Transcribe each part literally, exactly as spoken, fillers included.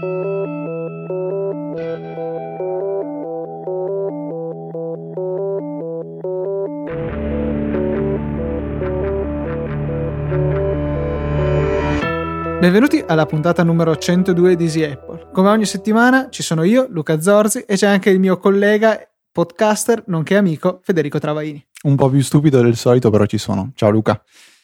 Benvenuti alla puntata numero centodue di Easy Apple. Come ogni settimana ci sono io, Luca Zorzi, e c'è anche il mio collega, podcaster, nonché amico, Federico Travaini. Un po' più stupido del solito, però ci sono. Ciao Luca.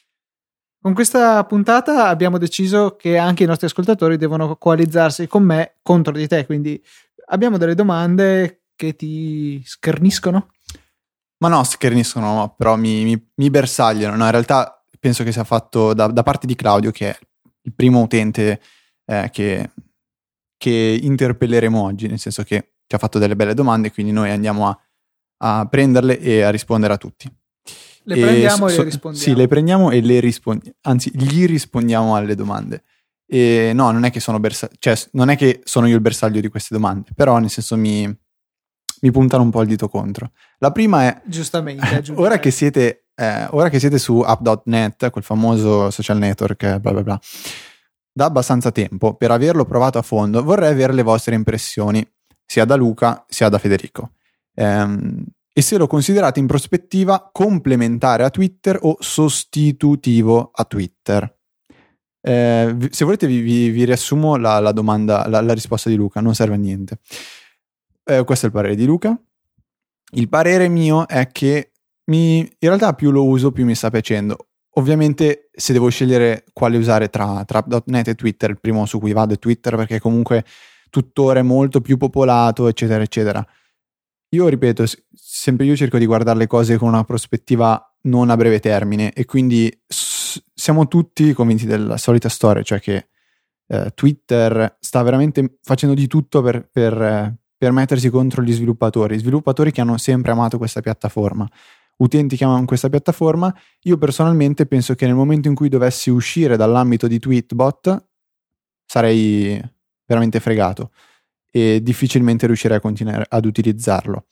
Con questa puntata abbiamo deciso che anche i nostri ascoltatori devono coalizzarsi con me contro di te, quindi abbiamo delle domande che ti scherniscono? Ma no, scherniscono, no, però mi, mi, mi bersagliano. No, in realtà penso che sia fatto da, da parte di Claudio, che è il primo utente eh, che, che interpelleremo oggi, nel senso che ci ha fatto delle belle domande, quindi noi andiamo a, a prenderle e a rispondere a tutti. Le e prendiamo so, e le rispondiamo. Sì, le prendiamo e le rispondiamo, anzi gli rispondiamo alle domande. E no, non è che sono bersa- cioè non è che sono io il bersaglio di queste domande, però nel senso mi, mi puntano un po' il dito contro. La prima è giustamente, ora che siete Eh, ora che siete su app punto net, quel famoso social network, bla bla bla, da abbastanza tempo, per averlo provato a fondo, vorrei avere le vostre impressioni, sia da Luca sia da Federico. Ehm, e se lo considerate in prospettiva complementare a Twitter o sostitutivo a Twitter. Eh, se volete vi, vi, vi riassumo la, la domanda, la, la risposta di Luca, non serve a niente. Eh, questo è il parere di Luca. Il parere mio è che Mi, in realtà più lo uso più mi sta piacendo. Ovviamente se devo scegliere quale usare tra, tra app punto net e Twitter, il primo su cui vado è Twitter, perché comunque tuttora è molto più popolato, eccetera eccetera. Io ripeto, sempre io cerco di guardare le cose con una prospettiva non a breve termine, e quindi s- siamo tutti convinti della solita storia, cioè che eh, Twitter sta veramente facendo di tutto per, per, eh, per mettersi contro gli sviluppatori sviluppatori che hanno sempre amato questa piattaforma, utenti che amano questa piattaforma. Io personalmente penso che nel momento in cui dovessi uscire dall'ambito di Tweetbot sarei veramente fregato e difficilmente riuscirei a continuare ad utilizzarlo.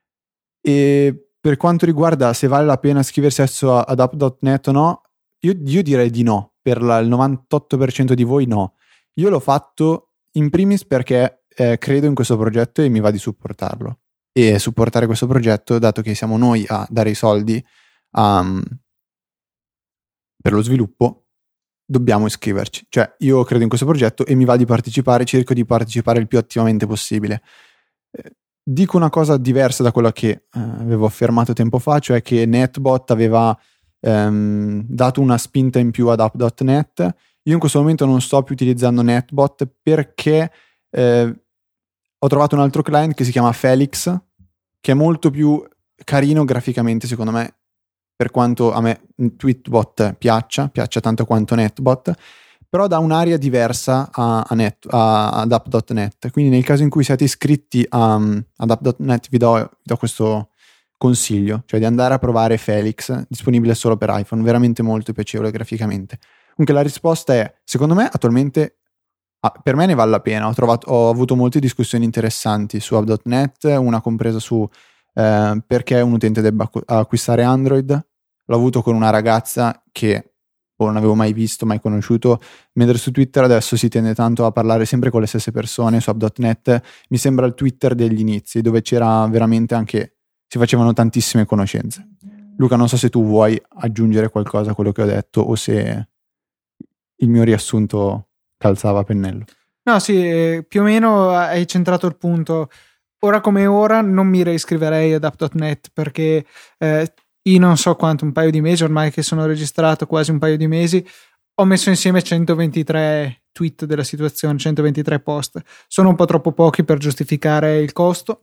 E per quanto riguarda se vale la pena iscriversi adesso ad app punto net o no, io, io direi di no. Per la, il novantotto per cento di voi no. Io l'ho fatto in primis perché eh, credo in questo progetto e mi va di supportarlo e supportare questo progetto, dato che siamo noi a dare i soldi um, per lo sviluppo, dobbiamo iscriverci. Cioè io credo in questo progetto e mi va di partecipare, cerco di partecipare il più attivamente possibile. Eh, dico una cosa diversa da quella che eh, avevo affermato tempo fa, cioè che Netbot aveva ehm, dato una spinta in più ad app punto net. Io in questo momento non sto più utilizzando Netbot perché eh, ho trovato un altro client che si chiama Felix, che è molto più carino graficamente secondo me, per quanto a me Tweetbot piaccia, piaccia tanto quanto Netbot, però dà un'area diversa a, a net, a, ad app punto net. Quindi nel caso in cui siate iscritti a, ad app punto net vi do, vi do questo consiglio, cioè di andare a provare Felix, disponibile solo per iPhone, veramente molto piacevole graficamente. Comunque la risposta è, secondo me attualmente Ah, per me ne vale la pena. Ho, trovato, ho avuto molte discussioni interessanti su app punto net, una compresa su eh, perché un utente debba acquistare Android. L'ho avuto con una ragazza che oh, non avevo mai visto, mai conosciuto, mentre su Twitter adesso si tende tanto a parlare sempre con le stesse persone. Su app punto net mi sembra il Twitter degli inizi, dove c'era veramente anche, si facevano tantissime conoscenze. Luca, non so se tu vuoi aggiungere qualcosa a quello che ho detto o se il mio riassunto calzava a pennello. No, sì, più o meno hai centrato il punto. Ora come ora non mi reiscriverei ad app punto net perché eh, io non so quanto, un paio di mesi ormai che sono registrato, quasi un paio di mesi, ho messo insieme centoventitré tweet della situazione, centoventitré post. Sono un po' troppo pochi per giustificare il costo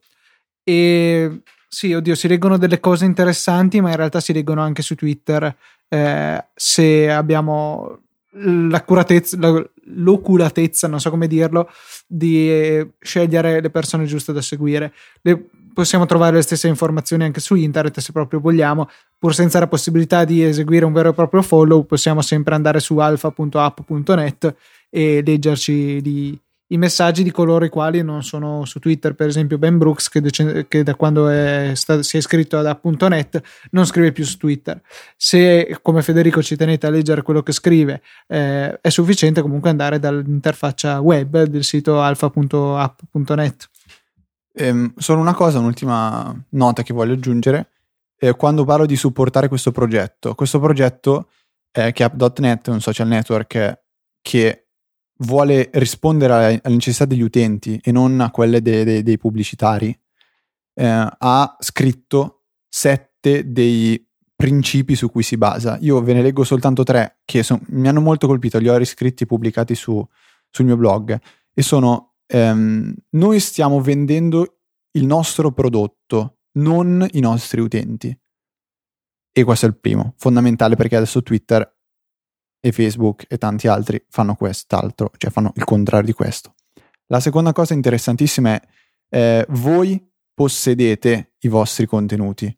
e sì, oddio, si leggono delle cose interessanti, ma in realtà si leggono anche su Twitter eh, se abbiamo l'accuratezza, l'oculatezza, non so come dirlo, di scegliere le persone giuste da seguire. Le, possiamo trovare le stesse informazioni anche su internet se proprio vogliamo, pur senza la possibilità di eseguire un vero e proprio follow. Possiamo sempre andare su alfa punto app punto net e leggerci di, i messaggi di coloro i quali non sono su Twitter. Per esempio Ben Brooks, che, de- che da quando è sta- si è iscritto ad app punto net non scrive più su Twitter. Se come Federico ci tenete a leggere quello che scrive, eh, è sufficiente comunque andare dall'interfaccia web del sito alfa punto app punto net. Ehm, solo una cosa, un'ultima nota che voglio aggiungere. Eh, quando parlo di supportare questo progetto, questo progetto eh, che è app punto net, un social network eh, che vuole rispondere alle, alle necessità degli utenti e non a quelle de, de, dei pubblicitari, eh, ha scritto sette dei principi su cui si basa. Io ve ne leggo soltanto tre che son, mi hanno molto colpito, li ho riscritti, pubblicati su, sul mio blog, e sono ehm, noi stiamo vendendo il nostro prodotto, non i nostri utenti. E questo è il primo, fondamentale, perché adesso Twitter e Facebook e tanti altri fanno quest'altro, cioè fanno il contrario di questo. La seconda cosa interessantissima è eh, voi possedete i vostri contenuti.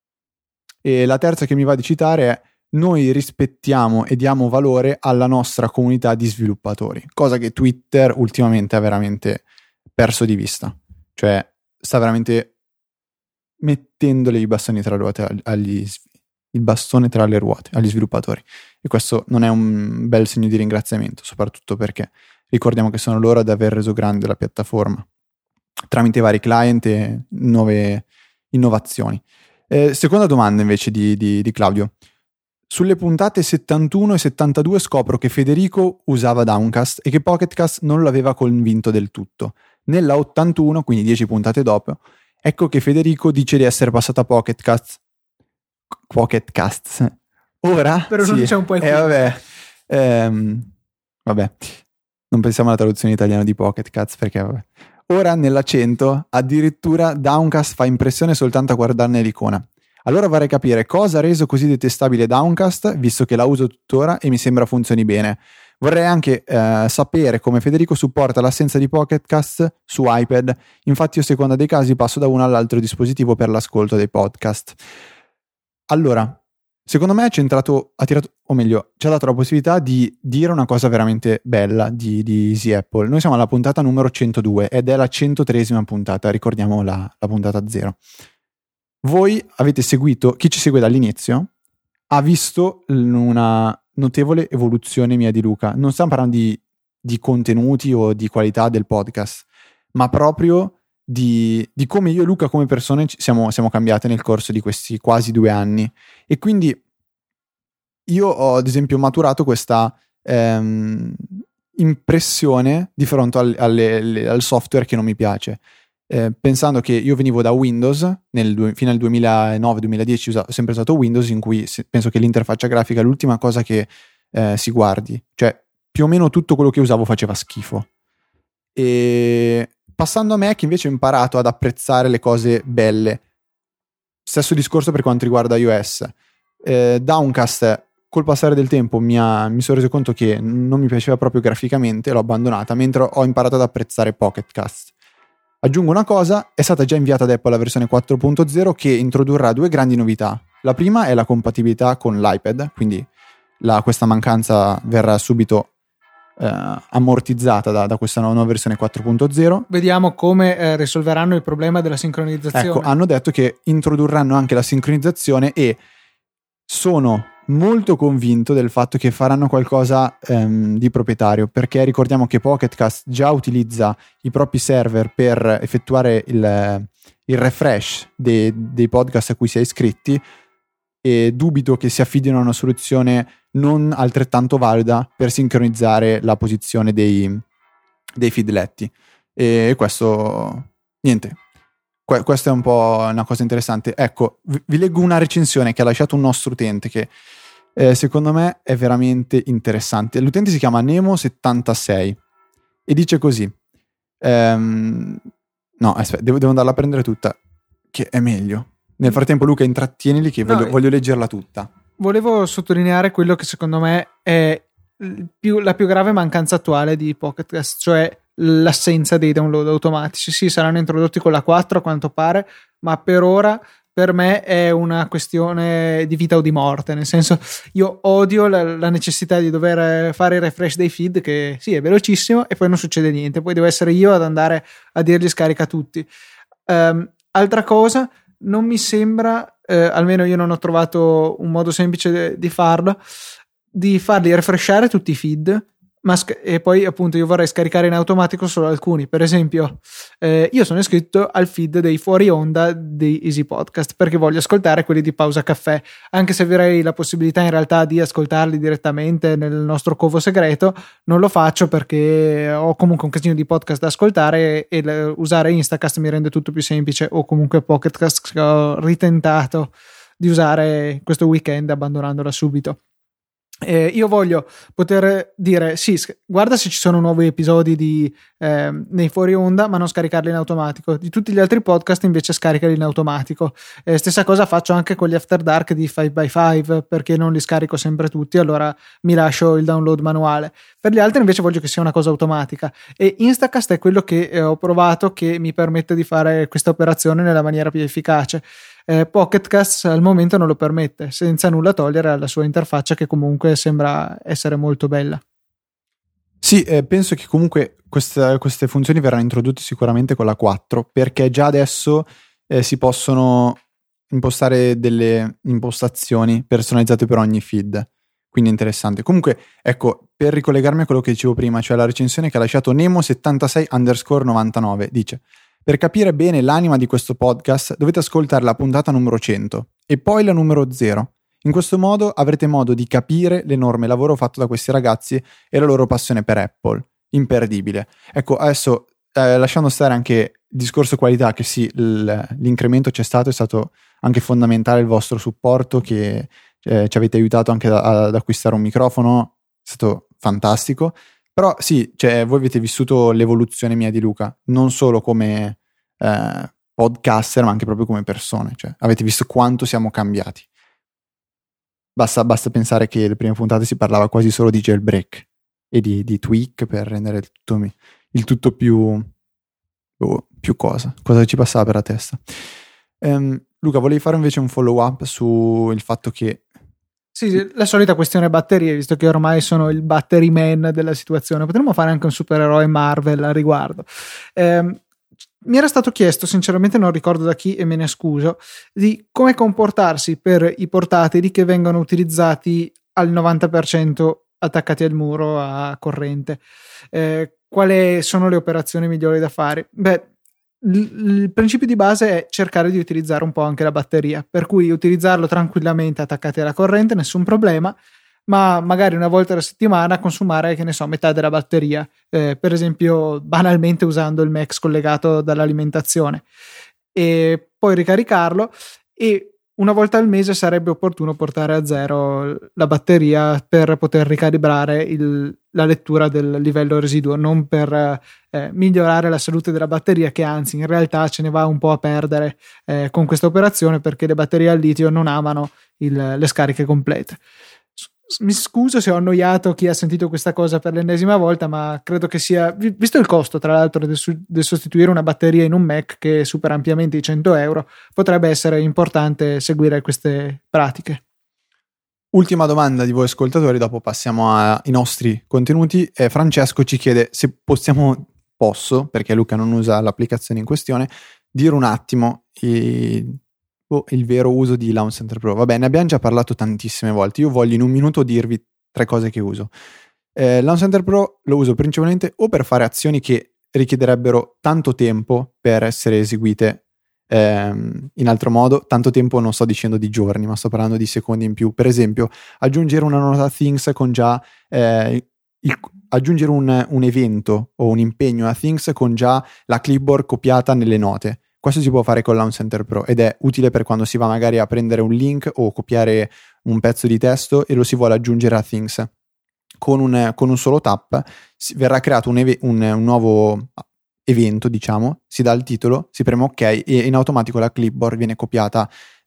E la terza che mi va di citare è: noi rispettiamo e diamo valore alla nostra comunità di sviluppatori, cosa che Twitter ultimamente ha veramente perso di vista, cioè sta veramente mettendole i bastoni tra le ruote agli, il bastone tra le ruote agli sviluppatori, e questo non è un bel segno di ringraziamento, soprattutto perché ricordiamo che sono loro ad aver reso grande la piattaforma tramite vari client e nuove innovazioni. Eh, seconda domanda invece di, di, di Claudio: sulle puntate settantuno e settantadue scopro che Federico usava Downcast e che Pocketcast non l'aveva convinto del tutto. Nella ottantuno, quindi dieci puntate dopo, ecco che Federico dice di essere passato a Pocketcast. Pocketcast. Ora? Però sì. non c'è un po' il eh, vabbè. Ehm, vabbè. Non pensiamo alla traduzione italiana di Pocketcast, perché vabbè. Ora nell'accento addirittura Downcast fa impressione soltanto a guardarne l'icona. Allora vorrei capire cosa ha reso così detestabile Downcast, visto che la uso tuttora e mi sembra funzioni bene. Vorrei anche eh, sapere come Federico supporta l'assenza di Pocketcast su iPad. Infatti io, a seconda dei casi, passo da uno all'altro dispositivo per l'ascolto dei podcast. Allora, secondo me ha centrato, ha tirato, o meglio, ci ha dato la possibilità di dire una cosa veramente bella di, di Easy Apple. Noi siamo alla puntata numero centodue ed è la centotreesima puntata, ricordiamo la, la puntata zero. Voi avete seguito, chi ci segue dall'inizio ha visto una notevole evoluzione mia di Luca. Non stiamo parlando di, di contenuti o di qualità del podcast, ma proprio di, di come io e Luca come persone siamo, siamo cambiate nel corso di questi quasi due anni. E quindi io ho ad esempio maturato questa ehm, impressione di fronte al, alle, alle, al software che non mi piace. Eh, pensando che io venivo da Windows nel, fino al duemilanove duemiladieci, ho sempre usato Windows, in cui penso che l'interfaccia grafica è l'ultima cosa che eh, si guardi, cioè più o meno tutto quello che usavo faceva schifo. E passando a Mac invece ho imparato ad apprezzare le cose belle. Stesso discorso per quanto riguarda iOS. eh, Downcast col passare del tempo mi, ha, mi sono reso conto che non mi piaceva proprio graficamente, l'ho abbandonata, mentre ho imparato ad apprezzare Pocketcast. Aggiungo una cosa: è stata già inviata ad Apple la versione quattro punto zero, che introdurrà due grandi novità. La prima è la compatibilità con l'iPad, quindi la, questa mancanza verrà subito eh, ammortizzata da, da questa nuova versione quattro punto zero. Vediamo come eh, risolveranno il problema della sincronizzazione. Ecco, hanno detto che introdurranno anche la sincronizzazione e sono molto convinto del fatto che faranno qualcosa ehm, di proprietario, perché ricordiamo che Pocketcast già utilizza i propri server per effettuare il, il refresh dei, dei podcast a cui si è iscritti, e dubito che si affidino a una soluzione non altrettanto valida per sincronizzare la posizione dei, dei feed letti. E questo, niente, que- questa è un po' una cosa interessante. Ecco, vi, vi leggo una recensione che ha lasciato un nostro utente che Eh, secondo me è veramente interessante. L'utente si chiama Nemo settantasei e dice così: ehm, no, aspetta, devo, devo andarla a prendere tutta, che è meglio. Nel frattempo, Luca, intrattienili che voglio, no, voglio leggerla tutta. Volevo sottolineare quello che secondo me è più, la più grave mancanza attuale di Pocketcast, cioè l'assenza dei download automatici. Sì, saranno introdotti con la quattro a quanto pare, ma per ora per me è una questione di vita o di morte, nel senso, io odio la, la necessità di dover fare il refresh dei feed, che sì è velocissimo e poi non succede niente, poi devo essere io ad andare a dirgli scarica tutti. Um, altra cosa, non mi sembra, eh, almeno io non ho trovato un modo semplice de- di farlo, di farli refreshare tutti i feed, ma sc- e poi appunto io vorrei scaricare in automatico solo alcuni. Per esempio, eh, io sono iscritto al feed dei fuori onda di Easy Podcast perché voglio ascoltare quelli di Pausa Caffè, anche se avrei la possibilità in realtà di ascoltarli direttamente nel nostro covo segreto. Non lo faccio perché ho comunque un casino di podcast da ascoltare e l- usare Instacast mi rende tutto più semplice, o comunque Pocketcast, che ho ritentato di usare questo weekend abbandonandola subito. Eh, io voglio poter dire sì, guarda se ci sono nuovi episodi di, eh, nei fuori onda, ma non scaricarli in automatico. Di tutti gli altri podcast invece scaricali in automatico. Eh, stessa cosa faccio anche con gli After Dark di five by five, perché non li scarico sempre tutti, allora mi lascio il download manuale. Per gli altri invece voglio che sia una cosa automatica, e Instacast è quello che eh, ho provato, che mi permette di fare questa operazione nella maniera più efficace. Eh, Pocketcast al momento non lo permette, senza nulla togliere alla sua interfaccia, che comunque sembra essere molto bella. Sì, eh, penso che comunque queste, queste funzioni verranno introdotte sicuramente con la quattro, perché già adesso eh, si possono impostare delle impostazioni personalizzate per ogni feed, quindi è interessante. Comunque, ecco, per ricollegarmi a quello che dicevo prima, cioè la recensione che ha lasciato Nemo settantasei underscore novantanove, dice: per capire bene l'anima di questo podcast dovete ascoltare la puntata numero cento e poi la numero zero. In questo modo avrete modo di capire l'enorme lavoro fatto da questi ragazzi e la loro passione per Apple. Imperdibile. Ecco, adesso eh, lasciando stare anche il discorso qualità, che sì, l- l'incremento c'è stato, è stato anche fondamentale il vostro supporto, che eh, ci avete aiutato anche da, ad acquistare un microfono, è stato fantastico. Però sì, cioè, voi avete vissuto l'evoluzione mia di Luca, non solo come eh, podcaster, ma anche proprio come persone. Cioè, avete visto quanto siamo cambiati. Basta, basta pensare che le prime puntate si parlava quasi solo di jailbreak e di, di tweak per rendere il tutto, il tutto più, oh, più cosa. Cosa ci passava per la testa. Um, Luca, volevi fare invece un follow up sul fatto che Sì, la solita questione batterie, visto che ormai sono il battery man della situazione. Potremmo fare anche un supereroe Marvel a riguardo. Eh, mi era stato chiesto, sinceramente non ricordo da chi e me ne scuso, di come comportarsi per i portatili che vengono utilizzati al novanta per cento attaccati al muro a corrente. Eh, quali sono le operazioni migliori da fare? Beh, il principio di base è cercare di utilizzare un po' anche la batteria, per cui utilizzarlo tranquillamente attaccati alla corrente, nessun problema, ma magari una volta alla settimana consumare, che ne so, metà della batteria, eh, per esempio banalmente usando il Max collegato dall'alimentazione, e poi ricaricarlo, e una volta al mese sarebbe opportuno portare a zero la batteria per poter ricalibrare il, la lettura del livello residuo, non per eh, migliorare la salute della batteria, che anzi in realtà ce ne va un po' a perdere eh, con questa operazione, perché le batterie al litio non amano il, le scariche complete. Mi scuso se ho annoiato chi ha sentito questa cosa per l'ennesima volta, ma credo che sia, visto il costo tra l'altro del, del sostituire una batteria in un Mac che supera ampiamente i cento euro, potrebbe essere importante seguire queste pratiche. Ultima domanda di voi ascoltatori, dopo passiamo ai nostri contenuti. eh, Francesco ci chiede se possiamo, posso, perché Luca non usa l'applicazione in questione, dire un attimo i... Oh, il vero uso di Launch Center Pro. Vabbè, ne abbiamo già parlato tantissime volte. Io voglio in un minuto dirvi tre cose che uso. Eh, Launch Center Pro lo uso principalmente o per fare azioni che richiederebbero tanto tempo per essere eseguite ehm, in altro modo. Tanto tempo non sto dicendo di giorni, ma sto parlando di secondi in più. Per esempio, aggiungere una nota a Things con già eh, il, aggiungere un, un evento o un impegno a Things con già la clipboard copiata nelle note. Questo si può fare con Launch Center Pro ed è utile per quando si va magari a prendere un link o copiare un pezzo di testo e lo si vuole aggiungere a Things. Con un, con un solo tap verrà creato un, ev- un, un nuovo evento, diciamo, si dà il titolo, si preme ok e in automatico la clipboard viene copiata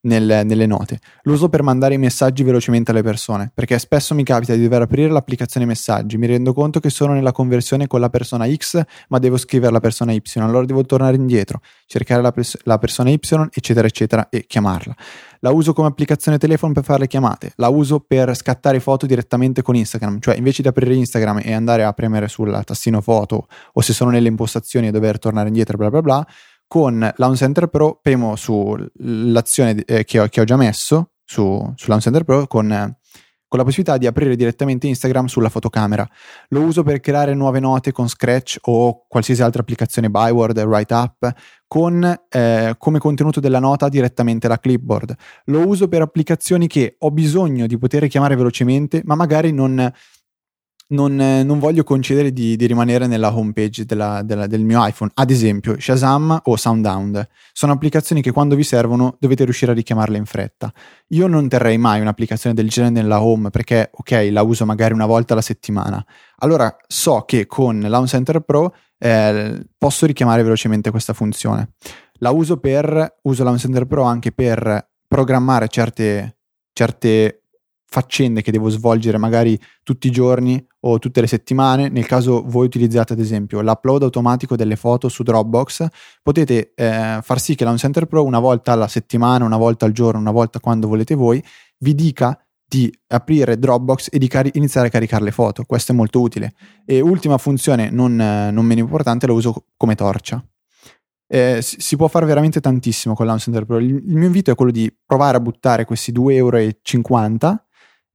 nel, nelle note. Lo uso per mandare i messaggi velocemente alle persone, perché spesso mi capita di dover aprire l'applicazione messaggi, mi rendo conto che sono nella conversione con la persona X ma devo scrivere la persona Y, allora devo tornare indietro, cercare la, pers- la persona Y, eccetera eccetera, e chiamarla. La uso come applicazione telefono per fare le chiamate, la uso per scattare foto direttamente con Instagram, cioè invece di aprire Instagram e andare a premere sul tastino foto o se sono nelle impostazioni e dover tornare indietro bla bla bla, con Launch Center Pro premo sull'azione eh, che, ho, che ho già messo su, su Launch Center Pro con, eh, con la possibilità di aprire direttamente Instagram sulla fotocamera. Lo uso per creare nuove note con Scratch o qualsiasi altra applicazione, Byword, WriteUp, con eh, come contenuto della nota direttamente la clipboard. Lo uso per applicazioni che ho bisogno di poter chiamare velocemente, ma magari non... Non, non voglio concedere di, di rimanere nella homepage della, della, del mio iPhone. Ad esempio Shazam o SoundHound sono applicazioni che quando vi servono dovete riuscire a richiamarle in fretta. Io non terrei mai un'applicazione del genere nella home perché ok, la uso magari una volta alla settimana, allora so che con Launch Center Pro eh, posso richiamare velocemente questa funzione. La uso per uso Launch Center Pro anche per programmare certe certe faccende che devo svolgere magari tutti i giorni o tutte le settimane. Nel caso voi utilizzate ad esempio l'upload automatico delle foto su Dropbox, potete eh, far sì che Launch Center Pro una volta alla settimana, una volta al giorno, una volta quando volete voi, vi dica di aprire Dropbox e di cari- iniziare a caricare le foto. Questo è molto utile. E ultima funzione non, eh, non meno importante, lo uso come torcia. Eh, si, si può fare veramente tantissimo con Launch Center Pro. Il, il mio invito è quello di provare a buttare questi due e cinquanta euro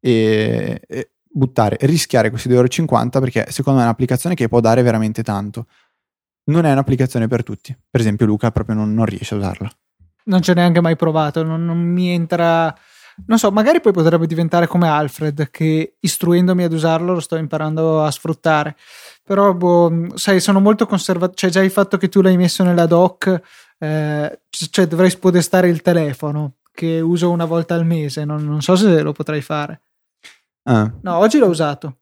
e, e buttare, rischiare questi due e cinquanta euro perché secondo me è un'applicazione che può dare veramente tanto. Non è un'applicazione per tutti. Per esempio Luca proprio non, non riesce a usarla. Non ci ho neanche mai provato, non, non mi entra... Non so, magari poi potrebbe diventare come Alfred, che istruendomi ad usarlo lo sto imparando a sfruttare. Però, boh, sai, sono molto conservativo. Cioè, già il fatto che tu l'hai messo nella dock, eh, cioè dovrei spodestare il telefono, che uso una volta al mese. Non, non so se lo potrei fare. Ah. No, oggi l'ho usato.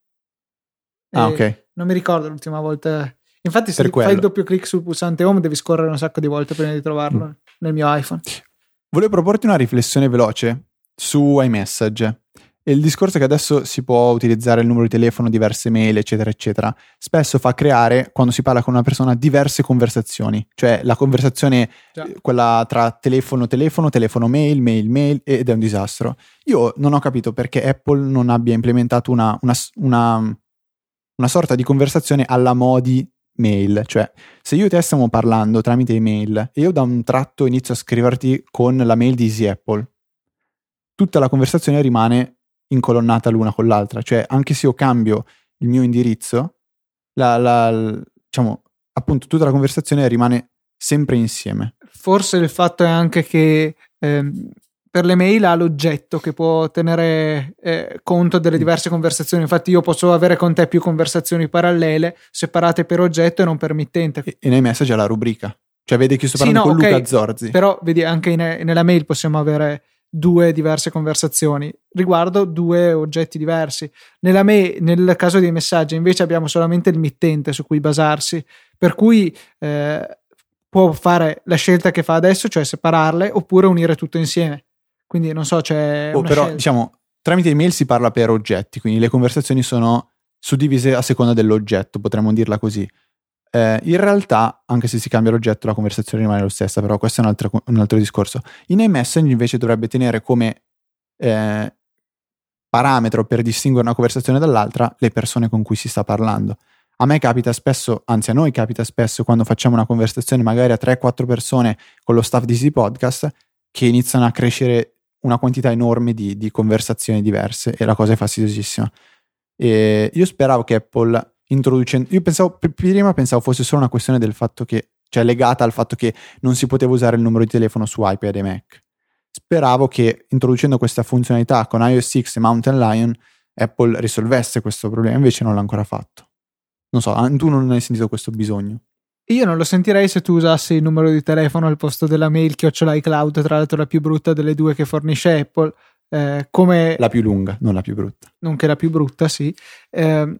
Ah, ok. Non mi ricordo l'ultima volta. Infatti, se Per fai quello. il doppio clic sul pulsante home, devi scorrere un sacco di volte prima di trovarlo mm. nel mio iPhone. Volevo proporti una riflessione veloce su iMessage. E il discorso è che adesso si può utilizzare il numero di telefono, diverse mail, eccetera, eccetera. Spesso fa creare, quando si parla con una persona, diverse conversazioni. Cioè la conversazione, Già. quella tra telefono, telefono, telefono, mail, mail, mail, ed è un disastro. Io non ho capito perché Apple non abbia implementato una, una, una, una sorta di conversazione alla modi mail. Cioè, se io e te stiamo parlando tramite email e io da un tratto inizio a scriverti con la mail di Easy Apple, tutta la conversazione rimane incolonnata l'una con l'altra, cioè anche se io cambio il mio indirizzo, la, la, la, diciamo, appunto tutta la conversazione rimane sempre insieme. Forse il fatto è anche che ehm, per le mail ha l'oggetto che può tenere eh, conto delle diverse conversazioni. Infatti io posso avere con te più conversazioni parallele separate per oggetto e non per mittente. E, e nei messaggi ha la rubrica, cioè vedi che sto parlando sì, no, con okay, Luca Zorzi, però vedi anche in, nella mail possiamo avere due diverse conversazioni riguardo due oggetti diversi. Nella me, nel caso dei messaggi invece abbiamo solamente il mittente su cui basarsi, per cui eh, può fare la scelta che fa adesso, cioè separarle oppure unire tutto insieme. Quindi non so, c'è oh, una però scelta. Diciamo tramite email si parla per oggetti, quindi le conversazioni sono suddivise a seconda dell'oggetto, potremmo dirla così. Eh, in realtà, anche se si cambia l'oggetto, la conversazione rimane lo stessa, però questo è un altro, un altro discorso. In iMessage invece dovrebbe tenere come eh, parametro per distinguere una conversazione dall'altra le persone con cui si sta parlando. A me capita spesso, anzi a noi capita spesso quando facciamo una conversazione magari a tre quattro persone con lo staff di Easy Podcast, che iniziano a crescere una quantità enorme di, di conversazioni diverse e la cosa è fastidiosissima. E io speravo che Apple introducendo, io pensavo prima pensavo fosse solo una questione del fatto che, cioè legata al fatto che non si poteva usare il numero di telefono su iPad e Mac. Speravo che introducendo questa funzionalità con iOS sei e Mountain Lion Apple risolvesse questo problema, invece non l'ha ancora fatto. Non so, tu non hai sentito questo bisogno? Io non lo sentirei se tu usassi il numero di telefono al posto della mail chiocciola iCloud, tra l'altro la più brutta delle due che fornisce Apple, eh, come la più lunga, non la più brutta. Nonché la più brutta, sì. Eh,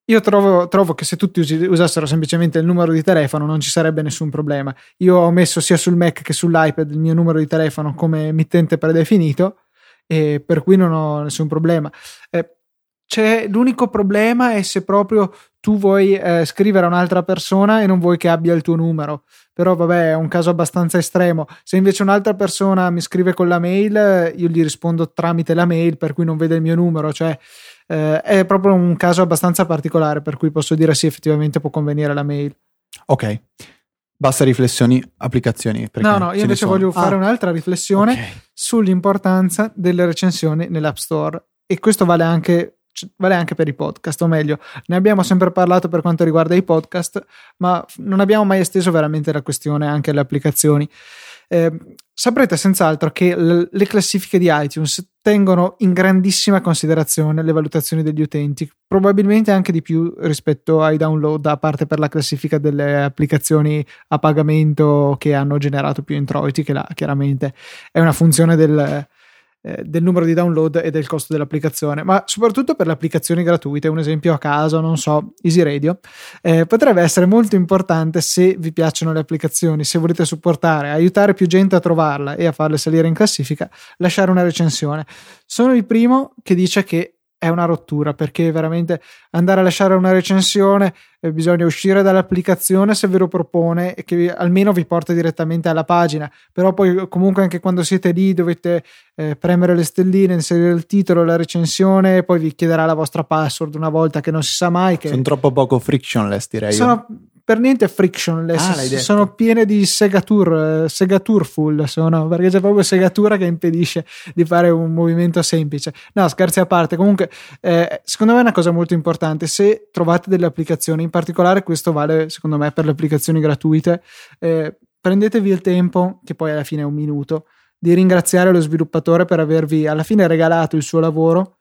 Io trovo, trovo che se tutti usi, usassero semplicemente il numero di telefono non ci sarebbe nessun problema. Io ho messo sia sul Mac che sull'iPad il mio numero di telefono come emittente predefinito, e per cui non ho nessun problema. Eh, c'è, l'unico problema è se proprio tu vuoi eh, scrivere a un'altra persona e non vuoi che abbia il tuo numero, però vabbè, è un caso abbastanza estremo. Se invece un'altra persona mi scrive con la mail, io gli rispondo tramite la mail, per cui non vede il mio numero, cioè eh, è proprio un caso abbastanza particolare, per cui posso dire sì, effettivamente può convenire la mail. Ok, basta riflessioni, applicazioni. No, no, io invece voglio fare ah. un'altra riflessione okay. sull'importanza delle recensioni nell'App Store, e questo vale anche vale anche per i podcast, o meglio, ne abbiamo sempre parlato per quanto riguarda i podcast, ma non abbiamo mai esteso veramente la questione anche alle applicazioni. Eh, saprete senz'altro che l- le classifiche di iTunes tengono in grandissima considerazione le valutazioni degli utenti, probabilmente anche di più rispetto ai download, a parte per la classifica delle applicazioni a pagamento che hanno generato più introiti, che là chiaramente è una funzione del del numero di download e del costo dell'applicazione, ma soprattutto per le applicazioni gratuite. Un esempio a caso, non so, Easy Radio, eh, potrebbe essere molto importante, se vi piacciono le applicazioni, se volete supportare, aiutare più gente a trovarla e a farle salire in classifica, lasciare una recensione. Sono il primo che dice che è una rottura, perché veramente andare a lasciare una recensione, eh, bisogna uscire dall'applicazione se ve lo propone, e che vi, almeno vi porta direttamente alla pagina, però poi comunque anche quando siete lì dovete eh, premere le stelline, inserire il titolo, la recensione, e poi vi chiederà la vostra password una volta, che non si sa mai, che sono troppo poco frictionless, direi. Sono io. per niente frictionless, ah, sono piene di segatur, eh, segaturful sono, perché c'è proprio segatura che impedisce di fare un movimento semplice. No, scherzi a parte, comunque eh, secondo me è una cosa molto importante. Se trovate delle applicazioni, in particolare questo vale secondo me per le applicazioni gratuite, eh, prendetevi il tempo, che poi alla fine è un minuto, di ringraziare lo sviluppatore per avervi alla fine regalato il suo lavoro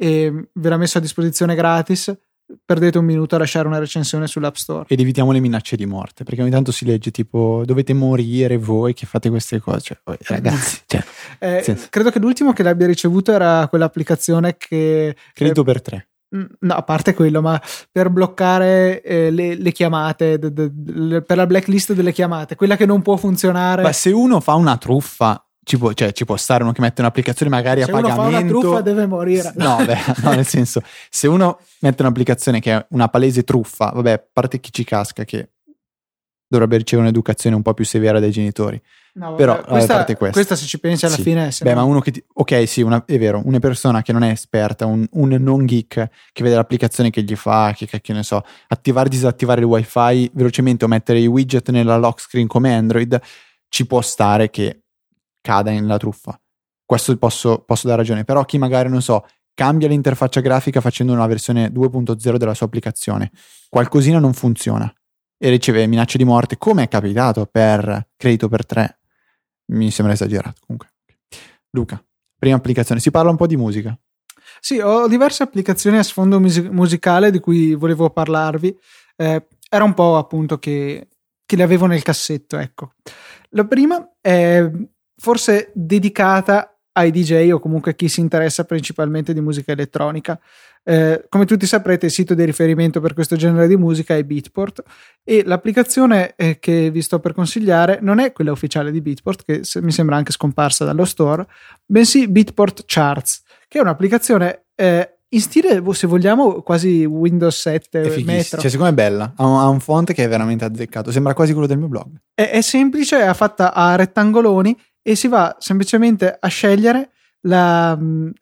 e ve l'ha messo a disposizione gratis. Perdete un minuto a lasciare una recensione sull'App Store. Ed evitiamo le minacce di morte, perché ogni tanto si legge tipo dovete morire voi che fate queste cose, cioè, oh, ragazzi cioè, eh, credo che l'ultimo che l'abbia ricevuto era quell'applicazione che credito eh, per tre no, a parte quello, ma per bloccare eh, le, le chiamate de, de, de, per la blacklist delle chiamate, quella che non può funzionare. Ma se uno fa una truffa, Ci può, cioè, ci può stare uno che mette un'applicazione magari se a pagamento. Se uno fa una truffa deve morire. No, beh, no, nel senso, se uno mette un'applicazione che è una palese truffa, vabbè, a parte chi ci casca, che dovrebbe ricevere un'educazione un po' più severa dai genitori. No, però vabbè, questa, a parte questa, questa se ci pensi alla sì. fine beh, ma uno che ti, ok, sì, una, è vero, una persona che non è esperta, un, un non geek che vede l'applicazione che gli fa, che cacchio ne so, attivare e disattivare il wifi velocemente o mettere i widget nella lock screen come Android, ci può stare che cada nella truffa. Questo posso, posso dare ragione. Però chi magari, non so, cambia l'interfaccia grafica facendo una versione due punto zero della sua applicazione, qualcosina non funziona e riceve minacce di morte, come è capitato per credito per tre, mi sembra esagerato. Comunque, Luca, prima applicazione, si parla un po' di musica. Sì, ho diverse applicazioni a sfondo mus- musicale di cui volevo parlarvi. Eh, era un po' appunto che, che le avevo nel cassetto, ecco. La prima è forse dedicata ai D J o comunque a chi si interessa principalmente di musica elettronica. Eh, come tutti saprete, il sito di riferimento per questo genere di musica è Beatport, e l'applicazione eh, che vi sto per consigliare non è quella ufficiale di Beatport, che se, mi sembra anche scomparsa dallo store, bensì Beatport Charts, che è un'applicazione eh, in stile, se vogliamo, quasi Windows sette, è Metro. Cioè, secondo me è bella, ha un, ha un font che è veramente azzeccato, sembra quasi quello del mio blog. È, è semplice, è fatta a rettangoloni e si va semplicemente a scegliere la,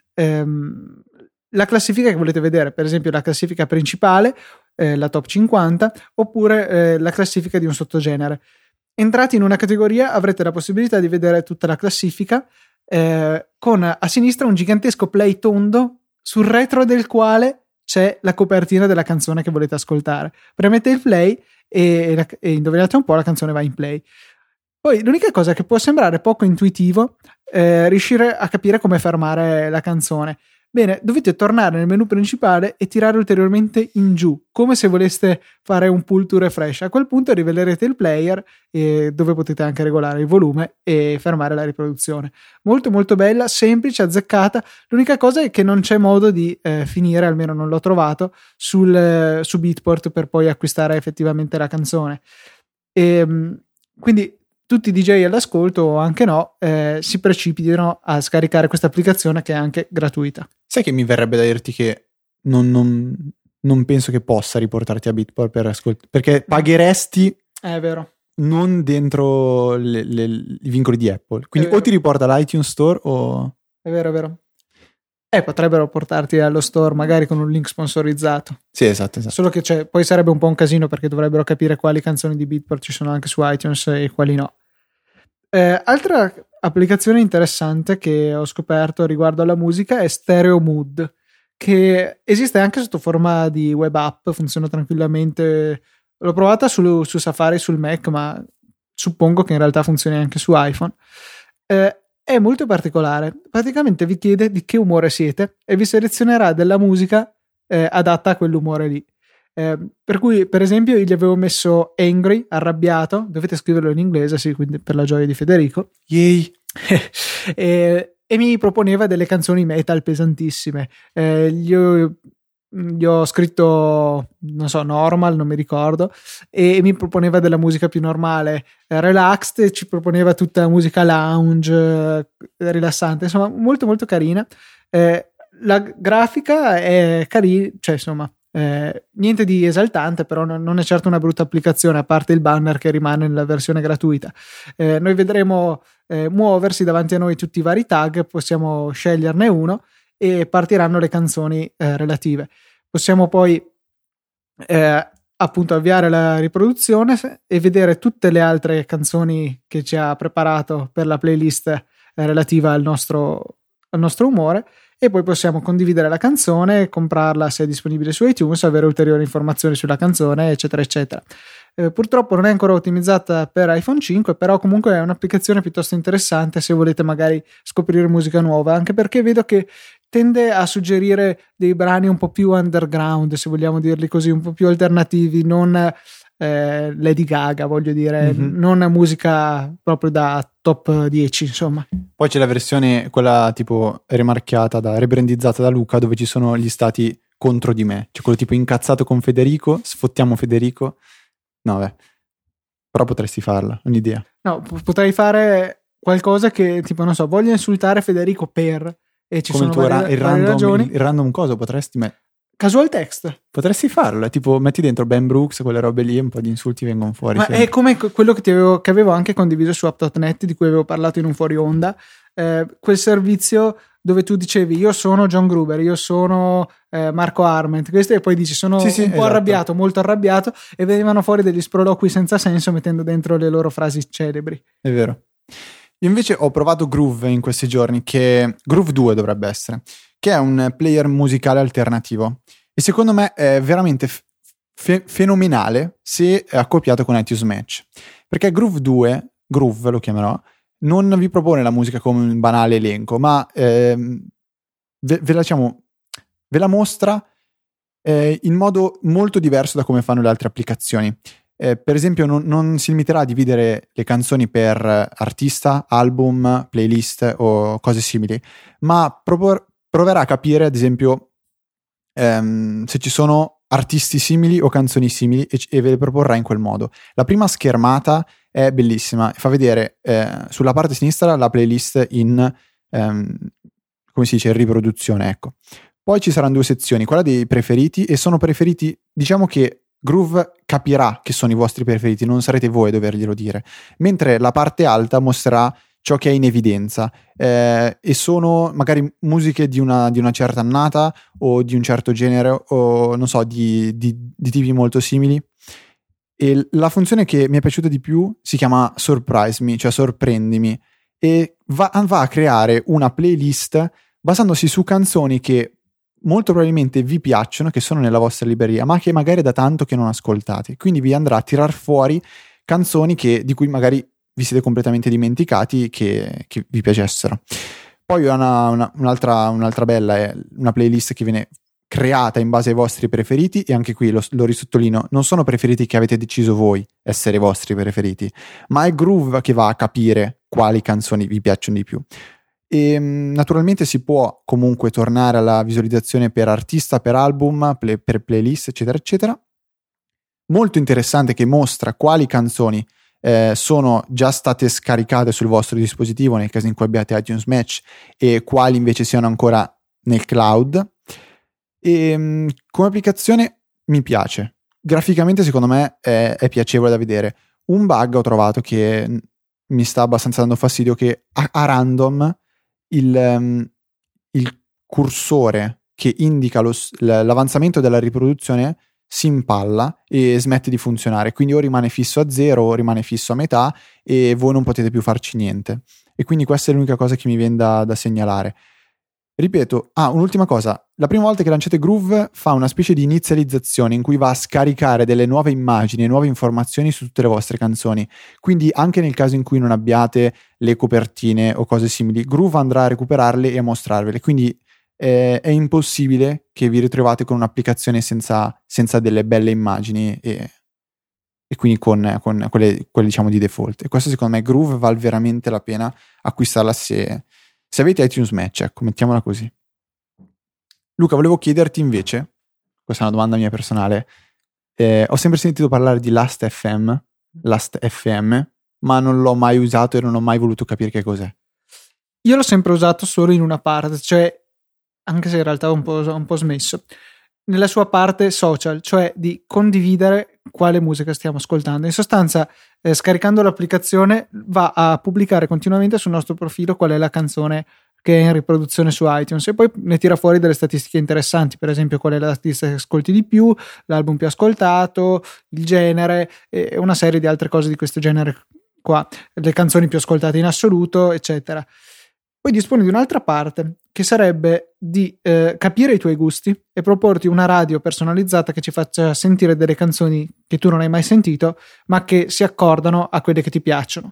ehm, la classifica che volete vedere, per esempio la classifica principale, eh, la top cinquanta, oppure eh, la classifica di un sottogenere. Entrati in una categoria avrete la possibilità di vedere tutta la classifica eh, con a sinistra un gigantesco play tondo sul retro del quale c'è la copertina della canzone che volete ascoltare. Premete il play e, e indovinate un po', la canzone va in play. Poi l'unica cosa che può sembrare poco intuitivo è riuscire a capire come fermare la canzone. Bene, dovete tornare nel menu principale e tirare ulteriormente in giù, come se voleste fare un pull to refresh. A quel punto rivelerete il player, eh, dove potete anche regolare il volume e fermare la riproduzione. Molto molto bella, semplice, azzeccata. L'unica cosa è che non c'è modo di eh, finire, almeno non l'ho trovato, sul, eh, su Beatport per poi acquistare effettivamente la canzone. E, quindi tutti i D J all'ascolto o anche no eh, si precipitino a scaricare questa applicazione, che è anche gratuita. Sai che mi verrebbe da dirti che non, non, non penso che possa riportarti a Beatport per ascoltare, perché pagheresti è vero non dentro le, le, i vincoli di Apple, quindi o ti riporta all'iTunes Store o è vero è vero Eh, potrebbero portarti allo store magari con un link sponsorizzato. Sì, esatto, esatto. Solo che c'è, poi sarebbe un po' un casino, perché dovrebbero capire quali canzoni di Beatport ci sono anche su iTunes e quali no. Eh, altra applicazione interessante che ho scoperto riguardo alla musica è Stereo Mood, che esiste anche sotto forma di web app, funziona tranquillamente. L'ho provata su, su Safari sul Mac, ma suppongo che in realtà funzioni anche su iPhone. Eh, È molto particolare. Praticamente vi chiede di che umore siete e vi selezionerà della musica eh, adatta a quell'umore lì. Eh, per cui, per esempio, io gli avevo messo angry, arrabbiato, dovete scriverlo in inglese, sì, quindi per la gioia di Federico. Yay! e, e mi proponeva delle canzoni metal pesantissime. Eh, gli ho, gli ho scritto, non so, normal, non mi ricordo, e mi proponeva della musica più normale, eh, relaxed, e ci proponeva tutta musica lounge, eh, rilassante, insomma molto molto carina. Eh, la grafica è carina, cioè insomma eh, niente di esaltante, però non, non è certo una brutta applicazione, a parte il banner che rimane nella versione gratuita. Eh, noi vedremo eh, muoversi davanti a noi tutti i vari tag, possiamo sceglierne uno e partiranno le canzoni eh, relative. Possiamo poi eh, appunto avviare la riproduzione e vedere tutte le altre canzoni che ci ha preparato per la playlist eh, relativa al nostro, al nostro umore, e poi possiamo condividere la canzone, comprarla se è disponibile su iTunes, avere ulteriori informazioni sulla canzone, eccetera eccetera. Eh, purtroppo non è ancora ottimizzata per iPhone cinque, però comunque è un'applicazione piuttosto interessante se volete magari scoprire musica nuova, anche perché vedo che tende a suggerire dei brani un po' più underground, se vogliamo dirli così, un po' più alternativi, non eh, Lady Gaga, voglio dire, mm-hmm. non musica proprio da top dieci, insomma. Poi c'è la versione, quella tipo rimarchiata, da, rebrandizzata da Luca, dove ci sono gli stati contro di me, cioè quello tipo incazzato con Federico, sfottiamo Federico. No, beh, però potresti farla, un'idea. No, p- potrei fare qualcosa che tipo, non so, voglio insultare Federico per, e ci come sono varie, ra- il, varie random, ragioni. Il, il random cosa potresti mettere? Casual text. Potresti farlo, tipo metti dentro Ben Brooks, quelle robe lì, un po' di insulti vengono fuori. Ma sempre. È come quello che, ti avevo, che avevo anche condiviso su app punto net, di cui avevo parlato in un fuori onda, eh, quel servizio dove tu dicevi io sono John Gruber, io sono eh, Marco Arment, questo, e poi dici sono sì, sì, un po' esatto. arrabbiato, molto arrabbiato, e venivano fuori degli sproloqui senza senso mettendo dentro le loro frasi celebri. È vero. Io invece ho provato Groove in questi giorni, che Groove due dovrebbe essere, che è un player musicale alternativo e secondo me è veramente fe- fenomenale se accoppiato con iTunes Match, perché Groove due, Groove lo chiamerò, non vi propone la musica come un banale elenco, ma ehm, ve, ve, la, diciamo, ve la mostra eh, in modo molto diverso da come fanno le altre applicazioni. Eh, per esempio non, non si limiterà a dividere le canzoni per artista, album, playlist o cose simili, ma propor- proverà a capire ad esempio ehm, se ci sono artisti simili o canzoni simili e, e ve le proporrà in quel modo. La prima schermata è bellissima, fa vedere eh, sulla parte sinistra la playlist in ehm, come si dice, riproduzione, ecco. Poi ci saranno due sezioni, quella dei preferiti, e sono preferiti, diciamo che Groove capirà che sono i vostri preferiti, non sarete voi a doverglielo dire, mentre la parte alta mostrerà ciò che è in evidenza eh, e sono magari musiche di una, di una certa annata o di un certo genere o non so, di, di, di tipi molto simili. E la funzione che mi è piaciuta di più si chiama Surprise Me, cioè sorprendimi, e va, va a creare una playlist basandosi su canzoni che molto probabilmente vi piacciono, che sono nella vostra libreria, ma che magari è da tanto che non ascoltate. Quindi vi andrà a tirar fuori canzoni che, di cui magari vi siete completamente dimenticati che, che vi piacessero. Poi una, una, un'altra, un'altra bella è una playlist che viene creata in base ai vostri preferiti, e anche qui lo, lo risottolineo, non sono preferiti che avete deciso voi essere i vostri preferiti, ma è Groove che va a capire quali canzoni vi piacciono di più. E naturalmente si può comunque tornare alla visualizzazione per artista, per album, play, per playlist, eccetera eccetera. Molto interessante, che mostra quali canzoni eh, sono già state scaricate sul vostro dispositivo nel caso in cui abbiate iTunes Match, e quali invece siano ancora nel cloud. E come applicazione mi piace, graficamente secondo me è, è piacevole da vedere. Un bug ho trovato che mi sta abbastanza dando fastidio, che a, a random il, um, il cursore che indica lo, l'avanzamento della riproduzione si impalla e smette di funzionare, quindi o rimane fisso a zero o rimane fisso a metà e voi non potete più farci niente, e quindi questa è l'unica cosa che mi viene da, da segnalare. Ripeto, ah, un'ultima cosa, la prima volta che lanciate Groove fa una specie di inizializzazione in cui va a scaricare delle nuove immagini e nuove informazioni su tutte le vostre canzoni, quindi anche nel caso in cui non abbiate le copertine o cose simili, Groove andrà a recuperarle e a mostrarvele, quindi eh, è impossibile che vi ritrovate con un'applicazione senza, senza delle belle immagini e, e quindi con, con quelle, quelle diciamo di default, e questo secondo me Groove vale veramente la pena acquistarla se... se avete iTunes Match, ecco, mettiamola così. Luca, volevo chiederti invece, questa è una domanda mia personale, eh, ho sempre sentito parlare di Last F M, Last F M, ma non l'ho mai usato e non ho mai voluto capire che cos'è. Io l'ho sempre usato solo in una parte, cioè, anche se in realtà ho un po', un po' smesso, nella sua parte social, cioè di condividere quale musica stiamo ascoltando. In sostanza, eh, scaricando l'applicazione va a pubblicare continuamente sul nostro profilo qual è la canzone che è in riproduzione su iTunes, e poi ne tira fuori delle statistiche interessanti, per esempio qual è l'artista che ascolti di più, l'album più ascoltato, il genere e una serie di altre cose di questo genere qua, le canzoni più ascoltate in assoluto, eccetera. Poi disponi di un'altra parte che sarebbe di eh, capire i tuoi gusti e proporti una radio personalizzata che ci faccia sentire delle canzoni che tu non hai mai sentito, ma che si accordano a quelle che ti piacciono.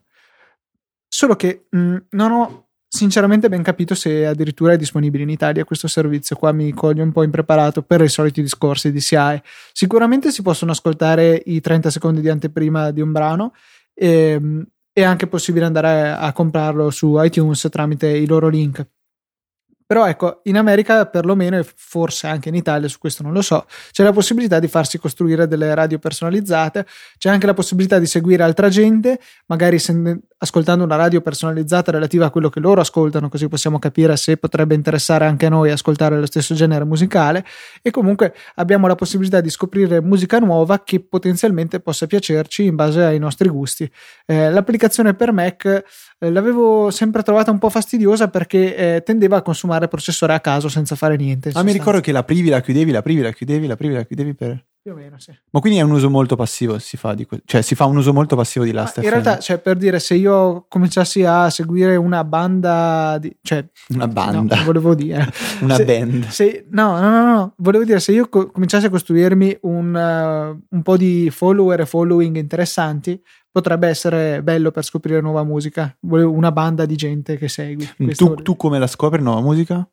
Solo che mh, non ho sinceramente ben capito se addirittura è disponibile in Italia questo servizio. Qua mi coglie un po' impreparato per i soliti discorsi di S I A E. Sicuramente si possono ascoltare i trenta secondi di anteprima di un brano, e è anche possibile andare a comprarlo su iTunes tramite i loro link. Però ecco, in America perlomeno, e forse anche in Italia, su questo non lo so, c'è la possibilità di farsi costruire delle radio personalizzate, c'è anche la possibilità di seguire altra gente, magari se, ascoltando una radio personalizzata relativa a quello che loro ascoltano, così possiamo capire se potrebbe interessare anche a noi ascoltare lo stesso genere musicale, e comunque abbiamo la possibilità di scoprire musica nuova che potenzialmente possa piacerci in base ai nostri gusti. Eh, l'applicazione per Mac eh, l'avevo sempre trovata un po' fastidiosa perché eh, tendeva a consumare processore a caso senza fare niente. Ah, mi ricordo che la aprivi, la chiudevi, la aprivi, la chiudevi, la aprivi, la chiudevi per... Più o meno, sì. Ma quindi è un uso molto passivo, si fa di que- cioè si fa un uso molto passivo di Last F M. In realtà, cioè, per dire, se io cominciassi a seguire una banda di, cioè una banda, no, volevo dire una se, band. Se, no, no, no, no, volevo dire, se io co- cominciassi a costruirmi un, uh, un po' di follower e following interessanti, potrebbe essere bello per scoprire nuova musica. Volevo una banda di gente che segui. Tu, tu come la scopri nuova musica?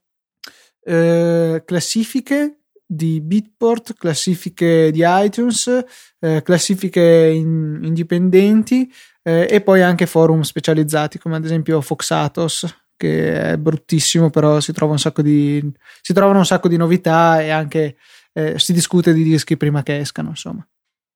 Eh, classifiche di Beatport, classifiche di iTunes, eh, classifiche in, indipendenti, eh, e poi anche forum specializzati come ad esempio Foxatos, che è bruttissimo, però si trova un sacco di si trovano un sacco di novità e anche eh, si discute di dischi prima che escano, insomma.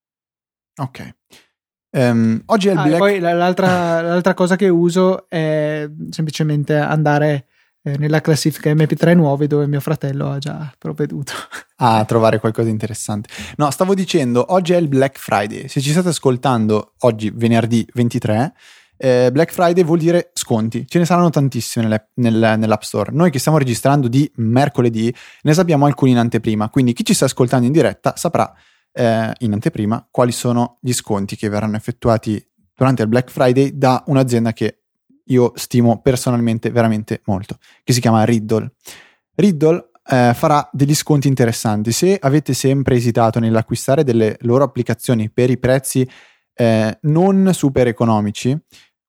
Ok. Um, oggi è il ah, Black... e poi l'altra, l'altra cosa che uso è semplicemente andare nella classifica M P tre nuovi, dove mio fratello ha già provveduto a trovare qualcosa di interessante. No, stavo dicendo, oggi è il Black Friday. Se ci state ascoltando oggi, venerdì ventitré, eh, Black Friday vuol dire sconti. Ce ne saranno tantissimi nel, nell'App Store. Noi che stiamo registrando di mercoledì ne sappiamo alcuni in anteprima, quindi chi ci sta ascoltando in diretta saprà eh, in anteprima quali sono gli sconti che verranno effettuati durante il Black Friday da un'azienda che io stimo personalmente veramente molto, che si chiama Riddle. Riddle eh, farà degli sconti interessanti. Se avete sempre esitato nell'acquistare delle loro applicazioni per i prezzi eh, non super economici,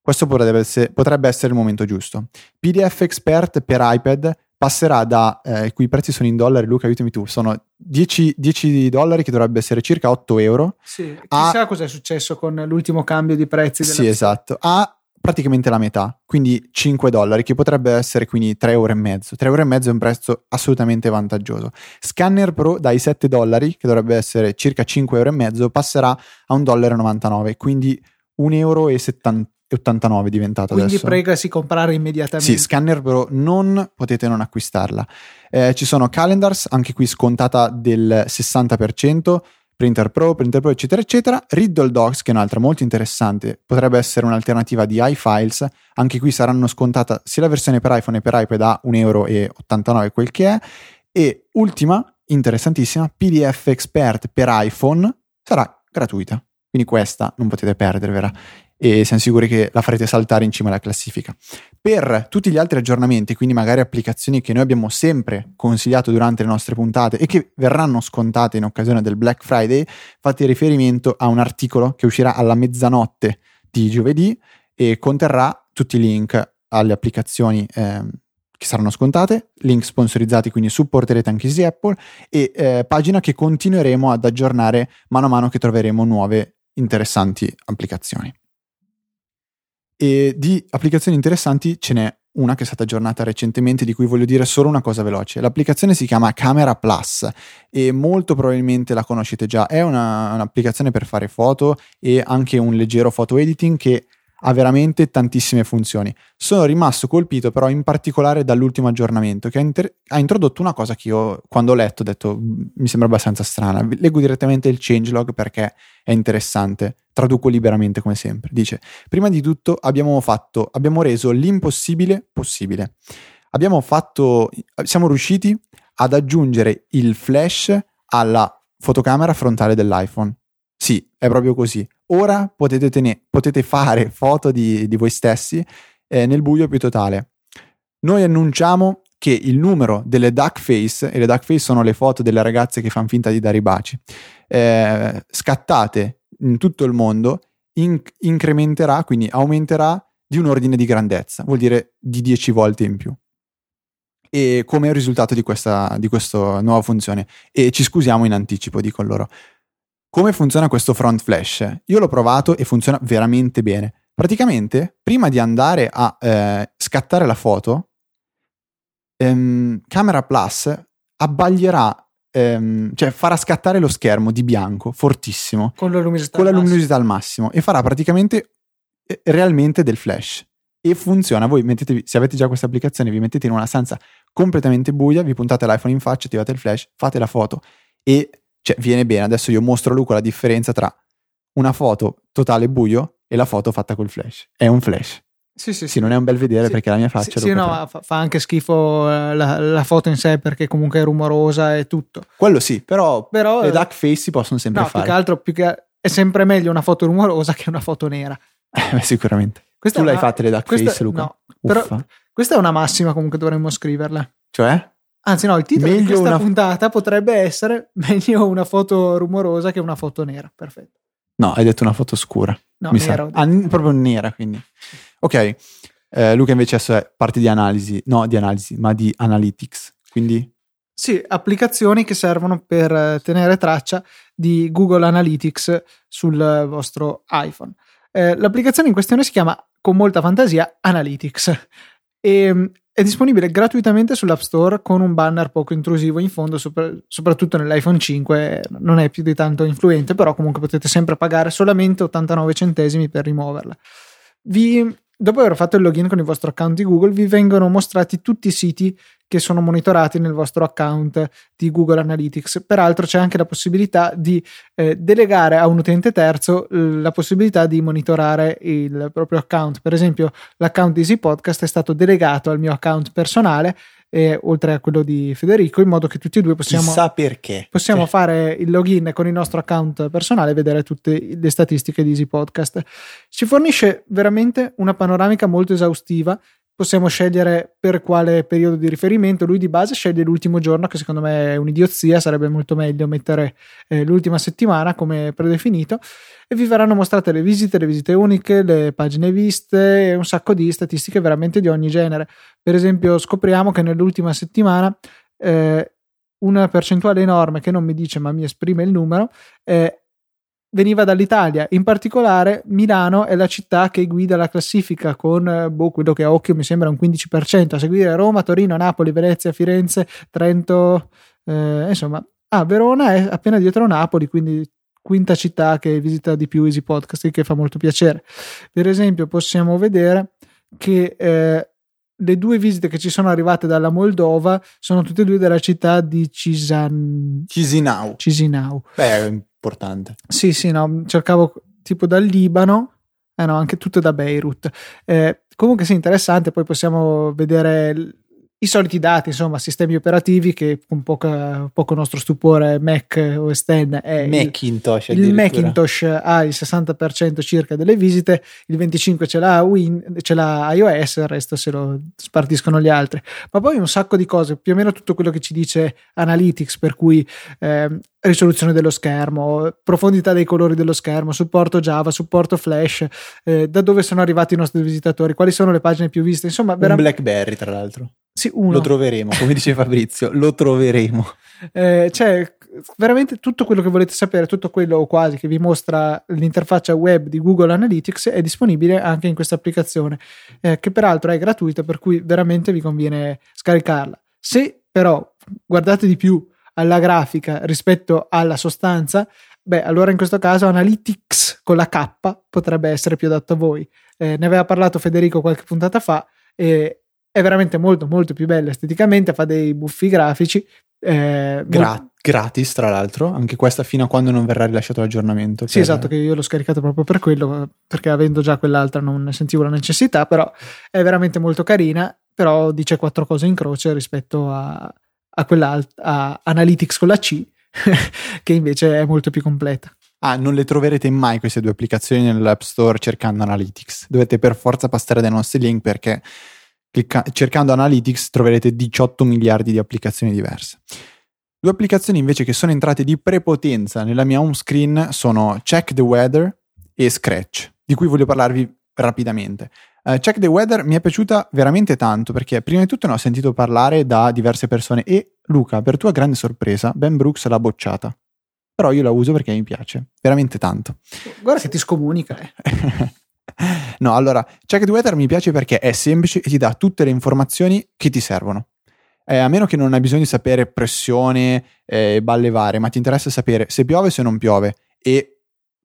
questo potrebbe essere, potrebbe essere il momento giusto. P D F Expert per iPad passerà da, eh, qui i prezzi sono in dollari, Luca aiutami tu, sono dieci dollari, che dovrebbe essere circa otto euro. Sì, chissà a, cosa è successo con l'ultimo cambio di prezzi della sì, esatto, a praticamente la metà, quindi cinque dollari, che potrebbe essere quindi tre euro e mezzo. tre euro e mezzo è un prezzo assolutamente vantaggioso. Scanner Pro dai sette dollari, che dovrebbe essere circa cinque euro e mezzo, passerà a un dollaro e novantanove, quindi un euro e ottantanove è diventato quindi adesso. pregasi comprare immediatamente. Sì, Scanner Pro non potete non acquistarla. Eh, ci sono Calendars, anche qui scontata del sessanta per cento, Printer Pro, Printer Pro, eccetera, eccetera. Riddle Docs, che è un'altra molto interessante, potrebbe essere un'alternativa di iFiles. Anche qui saranno scontata sia la versione per iPhone e per iPad a un euro e ottantanove, quel che è. E ultima, interessantissima, P D F Expert per iPhone sarà gratuita. Quindi questa non potete perdervela. E siamo sicuri che la farete saltare in cima alla classifica. Per tutti gli altri aggiornamenti, quindi magari applicazioni che noi abbiamo sempre consigliato durante le nostre puntate e che verranno scontate in occasione del Black Friday, fate riferimento a un articolo che uscirà alla mezzanotte di giovedì e conterrà tutti i link alle applicazioni eh, che saranno scontate, link sponsorizzati, quindi supporterete anche Easy Apple, e eh, pagina che continueremo ad aggiornare mano a mano che troveremo nuove interessanti applicazioni. E di applicazioni interessanti ce n'è una che è stata aggiornata recentemente, di cui voglio dire solo una cosa veloce. L'applicazione si chiama Camera Plus e molto probabilmente la conoscete già. È una, un'applicazione per fare foto e anche un leggero photo editing che ha veramente tantissime funzioni. Sono rimasto colpito però in particolare dall'ultimo aggiornamento, che ha, inter- ha introdotto una cosa che io quando ho letto ho detto mi sembra abbastanza strana. Leggo direttamente il changelog perché è interessante, traduco liberamente come sempre. Dice: prima di tutto abbiamo fatto abbiamo reso l'impossibile possibile. Abbiamo fatto siamo riusciti ad aggiungere il flash alla fotocamera frontale dell'iPhone. Sì, è proprio così. Ora potete, tenere, potete fare foto di, di voi stessi eh, nel buio più totale. Noi annunciamo che il numero delle duck face, e le duck face sono le foto delle ragazze che fanno finta di dare i baci, eh, scattate in tutto il mondo, in, incrementerà, quindi aumenterà di un ordine di grandezza, vuol dire di dieci volte in più. E come è il risultato di questa, di questa nuova funzione. E ci scusiamo in anticipo, dico loro. Come funziona questo front flash? Io l'ho provato e funziona veramente bene. Praticamente, prima di andare a eh, scattare la foto, ehm, Camera Plus abbaglierà, ehm, cioè farà scattare lo schermo di bianco, fortissimo, con la luminosità, con la al, luminosità massimo. al massimo, e farà praticamente eh, realmente del flash. E funziona. Voi mettetevi, se avete già questa applicazione, vi mettete in una stanza completamente buia, vi puntate l'iPhone in faccia, attivate il flash, fate la foto e cioè viene bene. Adesso io mostro a Luca la differenza tra una foto totale buio e la foto fatta col flash. È un flash. Sì, sì, sì, sì. non è un bel vedere sì, perché la mia faccia... Sì, sì no, fa, fa anche schifo la, la foto in sé perché comunque è rumorosa e tutto. Quello sì, però, però le duck face si possono sempre no, fare. più che altro più che, è sempre meglio una foto rumorosa che una foto nera. Eh, beh, sicuramente. Questa tu l'hai una, fatte le duck questa, face, Luca? No, però questa è una massima, comunque dovremmo scriverla. Cioè? Anzi no, il titolo meglio di questa una... puntata potrebbe essere meglio una foto rumorosa che una foto nera. Perfetto. No, hai detto una foto scura. No, mi nera. sa. Ah, proprio nera, quindi. Ok. Eh, Luca invece adesso è parte di analisi, no di analisi, ma di analytics. Quindi... Sì, applicazioni che servono per tenere traccia di Google Analytics sul vostro iPhone. Eh, l'applicazione in questione si chiama, con molta fantasia, Analytics e è disponibile gratuitamente sull'App Store con un banner poco intrusivo in fondo, sopra, soprattutto nell'iPhone cinque non è più di tanto influente, però comunque potete sempre pagare solamente ottantanove centesimi per rimuoverla. Vi, dopo aver fatto il login con il vostro account di Google, vi vengono mostrati tutti i siti che sono monitorati nel vostro account di Google Analytics. Peraltro c'è anche la possibilità di eh, delegare a un utente terzo eh, la possibilità di monitorare il proprio account. Per esempio l'account di Easy Podcast è stato delegato al mio account personale eh, oltre a quello di Federico, in modo che tutti e due possiamo, chissà perché possiamo cioè. fare il login con il nostro account personale e vedere tutte le statistiche di Easy Podcast. Ci fornisce veramente una panoramica molto esaustiva possiamo scegliere per quale periodo di riferimento. Lui di base sceglie l'ultimo giorno, che secondo me è un'idiozia, sarebbe molto meglio mettere eh, l'ultima settimana come predefinito, e vi verranno mostrate le visite, le visite uniche, le pagine viste e un sacco di statistiche veramente di ogni genere. Per esempio scopriamo che nell'ultima settimana eh, una percentuale enorme, che non mi dice ma mi esprime il numero, eh, veniva dall'Italia. In particolare Milano è la città che guida la classifica con boh, quello che a occhio mi sembra un quindici per cento, a seguire Roma, Torino, Napoli, Venezia, Firenze, Trento, eh, insomma ah, Verona è appena dietro Napoli, quindi quinta città che visita di più Easy Podcast, che fa molto piacere. Per esempio possiamo vedere che eh, le due visite che ci sono arrivate dalla Moldova sono tutte e due della città di Cisan... Chisinau. Cisinau. Beh, importante. Sì, sì, no, cercavo tipo dal Libano, eh no, anche tutto da Beirut. Eh, comunque sì, interessante, poi possiamo vedere l- i soliti dati, insomma, sistemi operativi che con poca, poco nostro stupore Mac O S X è Macintosh, il, il Macintosh ha il sessanta per cento circa delle visite, il venticinque per cento ce l'ha, Win, ce l'ha iOS, il resto se lo spartiscono gli altri. Ma poi un sacco di cose, più o meno tutto quello che ci dice Analytics, per cui eh, risoluzione dello schermo, profondità dei colori dello schermo, supporto Java, supporto Flash, eh, da dove sono arrivati i nostri visitatori, quali sono le pagine più viste, insomma un vera- BlackBerry tra l'altro. Sì, uno. Lo troveremo, come dice Fabrizio, lo troveremo. Eh, cioè, veramente tutto quello che volete sapere, tutto quello o quasi che vi mostra l'interfaccia web di Google Analytics è disponibile anche in questa applicazione, eh, che peraltro è gratuita, per cui veramente vi conviene scaricarla. Se però guardate di più alla grafica rispetto alla sostanza, beh, allora in questo caso Analytics con la K potrebbe essere più adatto a voi. Eh, ne aveva parlato Federico qualche puntata fa e è veramente molto molto più bella esteticamente, fa dei buffi grafici eh, Gra- molto... gratis tra l'altro, anche questa fino a quando non verrà rilasciato l'aggiornamento. Sì, per... esatto, che io l'ho scaricato proprio per quello, perché avendo già quell'altra non ne sentivo la necessità, però è veramente molto carina, però dice quattro cose in croce rispetto a, a quell'altra, a Analytics con la C che invece è molto più completa. Ah, non le troverete mai queste due applicazioni nell'App Store cercando Analytics, dovete per forza passare dai nostri link, perché Clicca- cercando Analytics troverete diciotto miliardi di applicazioni diverse. Due applicazioni invece che sono entrate di prepotenza nella mia home screen sono Check the Weather e Scratch, di cui voglio parlarvi rapidamente. Uh, Check the Weather mi è piaciuta veramente tanto, perché prima di tutto ne ho sentito parlare da diverse persone e Luca, per tua grande sorpresa, Ben Brooks l'ha bocciata. Però io la uso perché mi piace veramente tanto. Guarda che ti scomunica, eh. No, allora, Check the Weather mi piace perché è semplice e ti dà tutte le informazioni che ti servono. Eh, a meno che non hai bisogno di sapere pressione e eh, balle varie, ma ti interessa sapere se piove o se non piove, e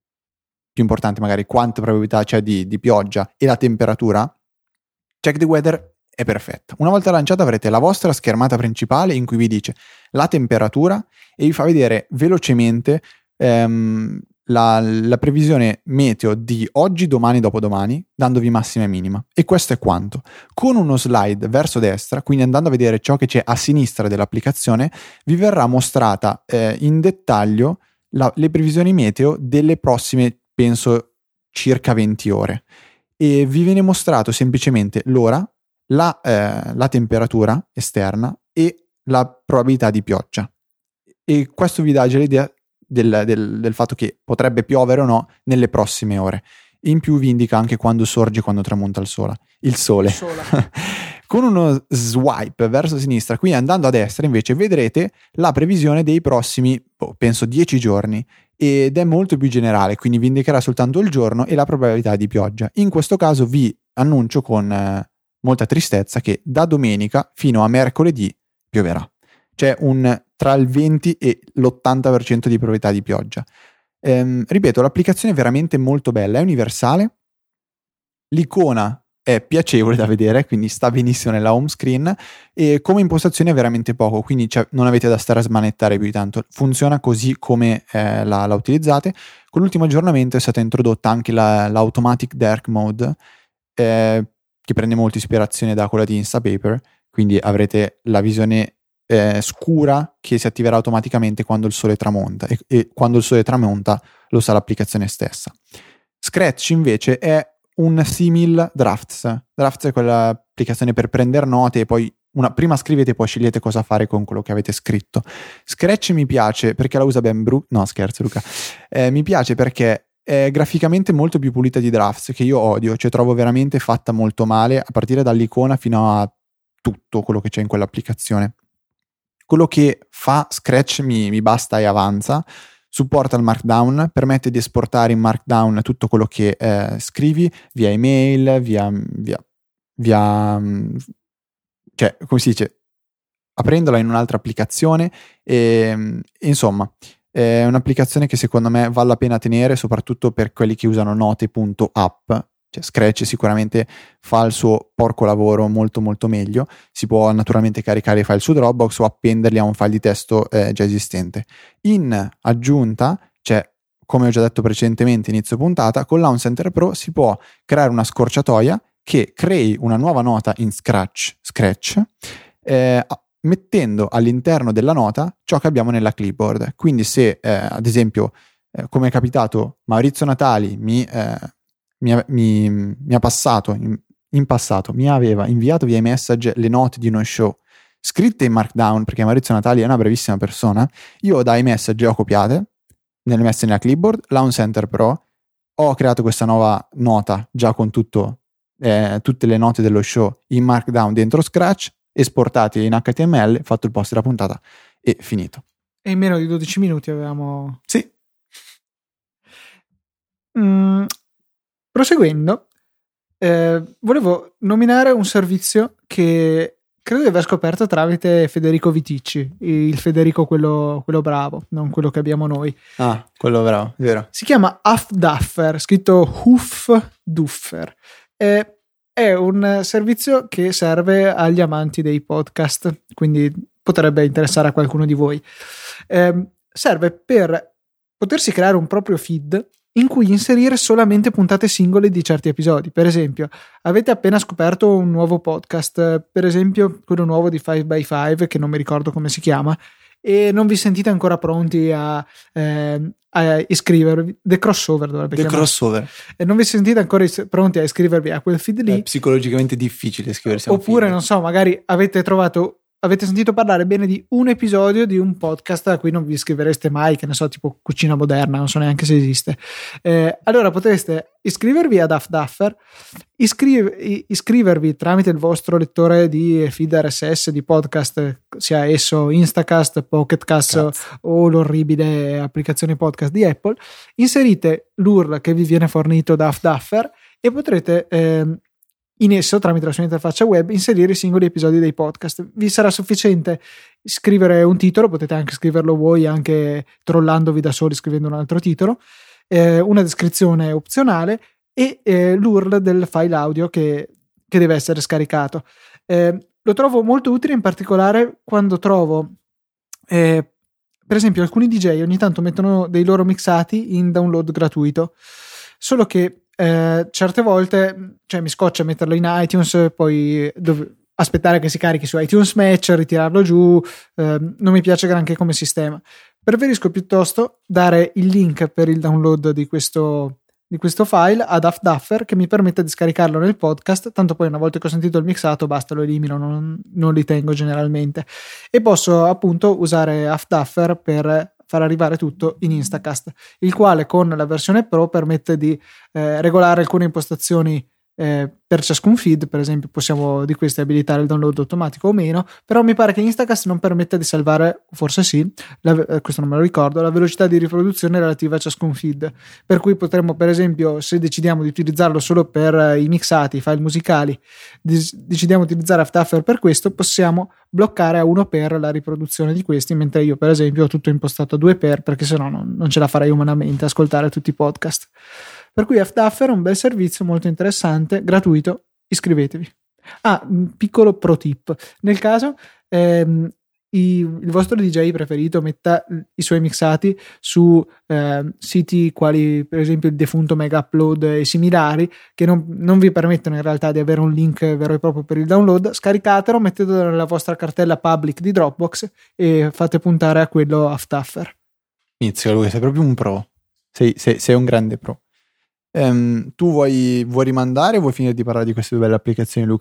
più importante magari quanta probabilità c'è di, di pioggia e la temperatura, Check the Weather è perfetta. Una volta lanciata avrete la vostra schermata principale in cui vi dice la temperatura e vi fa vedere velocemente ehm, La, la previsione meteo di oggi, domani, dopodomani, dandovi massima e minima. E questo è quanto. Con uno slide verso destra, quindi andando a vedere ciò che c'è a sinistra dell'applicazione, vi verrà mostrata eh, in dettaglio la, le previsioni meteo delle prossime, penso, circa venti ore. E vi viene mostrato semplicemente l'ora, la, eh, la temperatura esterna e la probabilità di pioggia. E questo vi dà già l'idea Del, del, del fatto che potrebbe piovere o no nelle prossime ore. In più vi indica anche quando sorge e quando tramonta il sole. Il sole. Il sole. Con uno swipe verso sinistra, qui andando a destra, invece vedrete la previsione dei prossimi, oh, penso, dieci giorni, ed è molto più generale, quindi vi indicherà soltanto il giorno e la probabilità di pioggia. In questo caso vi annuncio con eh, molta tristezza che da domenica fino a mercoledì pioverà. C'è un tra il venti e l'ottanta per cento di probabilità di pioggia. Ehm, ripeto, l'applicazione è veramente molto bella, è universale, l'icona è piacevole da vedere, quindi sta benissimo nella home screen, e come impostazione è veramente poco, quindi cioè, non avete da stare a smanettare più di tanto, funziona così come eh, la, la utilizzate. Con l'ultimo aggiornamento è stata introdotta anche la, l'Automatic Dark Mode, eh, che prende molta ispirazione da quella di Instapaper, quindi avrete la visione Eh, scura che si attiverà automaticamente quando il sole tramonta, e, e quando il sole tramonta lo sa l'applicazione stessa. Scratch invece è un simil Drafts. Drafts è quella applicazione per prendere note e poi una, prima scrivete e poi scegliete cosa fare con quello che avete scritto. Scratch mi piace perché la usa ben Brooke, no scherzo Luca, eh, mi piace perché è graficamente molto più pulita di Drafts, che io odio, cioè trovo veramente fatta molto male a partire dall'icona fino a tutto quello che c'è in quell'applicazione. Quello che fa Scratch mi, mi basta e avanza. Supporta il Markdown, permette di esportare in Markdown tutto quello che eh, scrivi via email, via, via, via cioè come si dice, aprendola in un'altra applicazione e, insomma è un'applicazione che secondo me vale la pena tenere, soprattutto per quelli che usano note.app. Cioè Scratch sicuramente fa il suo porco lavoro molto molto meglio. Si può naturalmente caricare i file su Dropbox o appenderli a un file di testo eh, già esistente. In aggiunta, cioè come ho già detto precedentemente inizio puntata, con Launch Center Pro si può creare una scorciatoia che crei una nuova nota in Scratch, Scratch eh, mettendo all'interno della nota ciò che abbiamo nella clipboard. Quindi se eh, ad esempio eh, come è capitato Maurizio Natali mi, eh, mi, ha, mi, mi ha passato in, in passato mi aveva inviato via message le note di uno show scritte in Markdown, perché Maurizio Natali è una brevissima persona, io da iMessage ho copiate, ne ho messe nella clipboard, Launch Center Pro, ho creato questa nuova nota già con tutto eh, tutte le note dello show in Markdown dentro Scratch, esportati in H T M L, fatto il post della puntata e finito. E in meno di dodici minuti avevamo... Sì. Mm, proseguendo, eh, volevo nominare un servizio che credo di aver scoperto tramite Federico Viticci, il Federico quello, quello bravo, non quello che abbiamo noi. Ah, quello bravo, vero. Si chiama Huffduffer, scritto Huffduffer. Eh, È un servizio che serve agli amanti dei podcast, quindi potrebbe interessare a qualcuno di voi. Eh, serve per potersi creare un proprio feed in cui inserire solamente puntate singole di certi episodi. Per esempio, avete appena scoperto un nuovo podcast, per esempio quello nuovo di five by five, che non mi ricordo come si chiama, e non vi sentite ancora pronti a, eh, a iscrivervi. The Crossover dovrebbe The chiamarsi. Crossover. E non vi sentite ancora is- pronti a iscrivervi a quel feed lì. È psicologicamente difficile iscriversi a un oppure feed. Non so, magari avete trovato avete sentito parlare bene di un episodio di un podcast a cui non vi iscrivereste mai, che ne so, tipo Cucina Moderna, non so neanche se esiste. Eh, allora potreste iscrivervi ad Huffduffer, iscrive, iscrivervi tramite il vostro lettore di feed R S S di podcast, sia esso Instacast, Pocketcast Cazzo. o l'orribile applicazione podcast di Apple, inserite l'U R L che vi viene fornito da Huffduffer e potrete eh, in esso, tramite la sua interfaccia web, inserire i singoli episodi dei podcast. Vi sarà sufficiente scrivere un titolo, potete anche scriverlo voi anche trollandovi da soli scrivendo un altro titolo, eh, una descrizione opzionale e eh, l'U R L del file audio che, che deve essere scaricato. Eh, lo trovo molto utile in particolare quando trovo eh, per esempio alcuni D J ogni tanto mettono dei loro mixati in download gratuito, solo che Eh, certe volte cioè, mi scoccia metterlo in iTunes, poi dov- aspettare che si carichi su iTunes Match, ritirarlo giù, eh, non mi piace granché come sistema. Preferisco piuttosto dare il link per il download di questo, di questo file ad Huffduffer, che mi permette di scaricarlo nel podcast, tanto poi una volta che ho sentito il mixato basta, lo elimino, non, non li tengo generalmente, e posso appunto usare Huffduffer per far arrivare tutto in Instacast, il quale con la versione Pro permette di eh, regolare alcune impostazioni eh, per ciascun feed. Per esempio possiamo di queste abilitare il download automatico o meno, però mi pare che Instacast non permette di salvare, forse sì, la, eh, questo non me lo ricordo, la velocità di riproduzione relativa a ciascun feed, per cui potremmo per esempio, se decidiamo di utilizzarlo solo per eh, i mixati, i file musicali, dis- decidiamo di utilizzare Huffduffer per questo, possiamo bloccare a uno per la riproduzione di questi, mentre io per esempio ho tutto impostato a due per, perché sennò non, non ce la farei umanamente ascoltare tutti i podcast. Per cui Huffduffer è un bel servizio molto interessante, gratuito, iscrivetevi. Ah, un piccolo pro tip: nel caso ehm, i, il vostro D J preferito metta i suoi mixati su eh, siti quali per esempio il defunto Mega Upload e similari, che non, non vi permettono in realtà di avere un link vero e proprio per il download, scaricatelo, mettetelo nella vostra cartella public di Dropbox e fate puntare a quello Huffduffer. Inizio, lui sei proprio un pro, sei, sei, sei un grande pro. Um, tu vuoi, vuoi rimandare o vuoi finire di parlare di queste due belle applicazioni, Luca?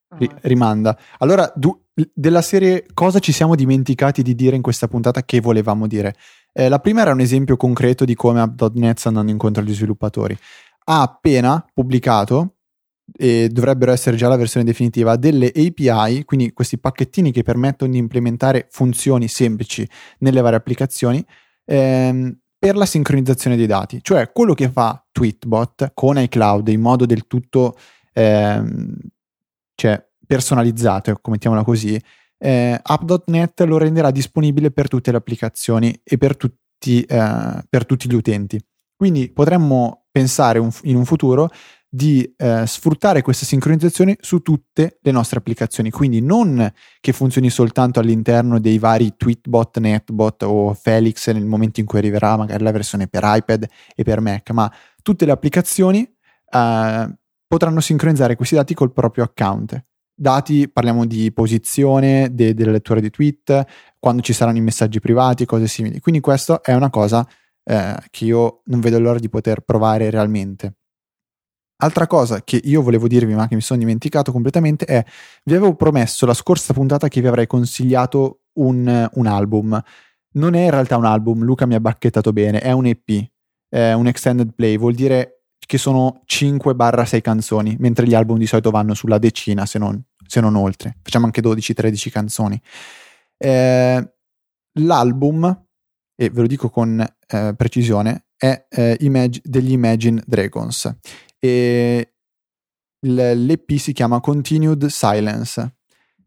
ri- rimanda. Allora, du- della serie cosa ci siamo dimenticati di dire in questa puntata che volevamo dire? Eh, la prima era un esempio concreto di come app punto net sta andando incontro agli sviluppatori. Ha appena pubblicato, e dovrebbero essere già la versione definitiva, delle A P I, quindi questi pacchettini che permettono di implementare funzioni semplici nelle varie applicazioni, ehm, per la sincronizzazione dei dati. Cioè quello che fa Tweetbot con iCloud in modo del tutto ehm, cioè personalizzato, mettiamola così, eh, app punto net lo renderà disponibile per tutte le applicazioni e per tutti, eh, per tutti gli utenti. Quindi potremmo pensare un, in un futuro di eh, sfruttare questa sincronizzazione su tutte le nostre applicazioni, quindi non che funzioni soltanto all'interno dei vari Tweetbot, Netbot o Felix nel momento in cui arriverà magari la versione per iPad e per Mac, ma tutte le applicazioni eh, potranno sincronizzare questi dati col proprio account. Dati, parliamo di posizione, de- della lettura di tweet, quando ci saranno i messaggi privati, cose simili. Quindi questo è una cosa eh, che io non vedo l'ora di poter provare realmente. Altra cosa che io volevo dirvi ma che mi sono dimenticato completamente è: vi avevo promesso la scorsa puntata che vi avrei consigliato un, un album. Non è in realtà un album, Luca mi ha bacchettato bene, è un E P, è un extended play, vuol dire che sono cinque sei canzoni, mentre gli album di solito vanno sulla decina se non, se non oltre, facciamo anche dodici tredici canzoni. Eh, l'album, e ve lo dico con eh, precisione, è eh, Imag- degli Imagine Dragons e l'E P si chiama Continued Silence.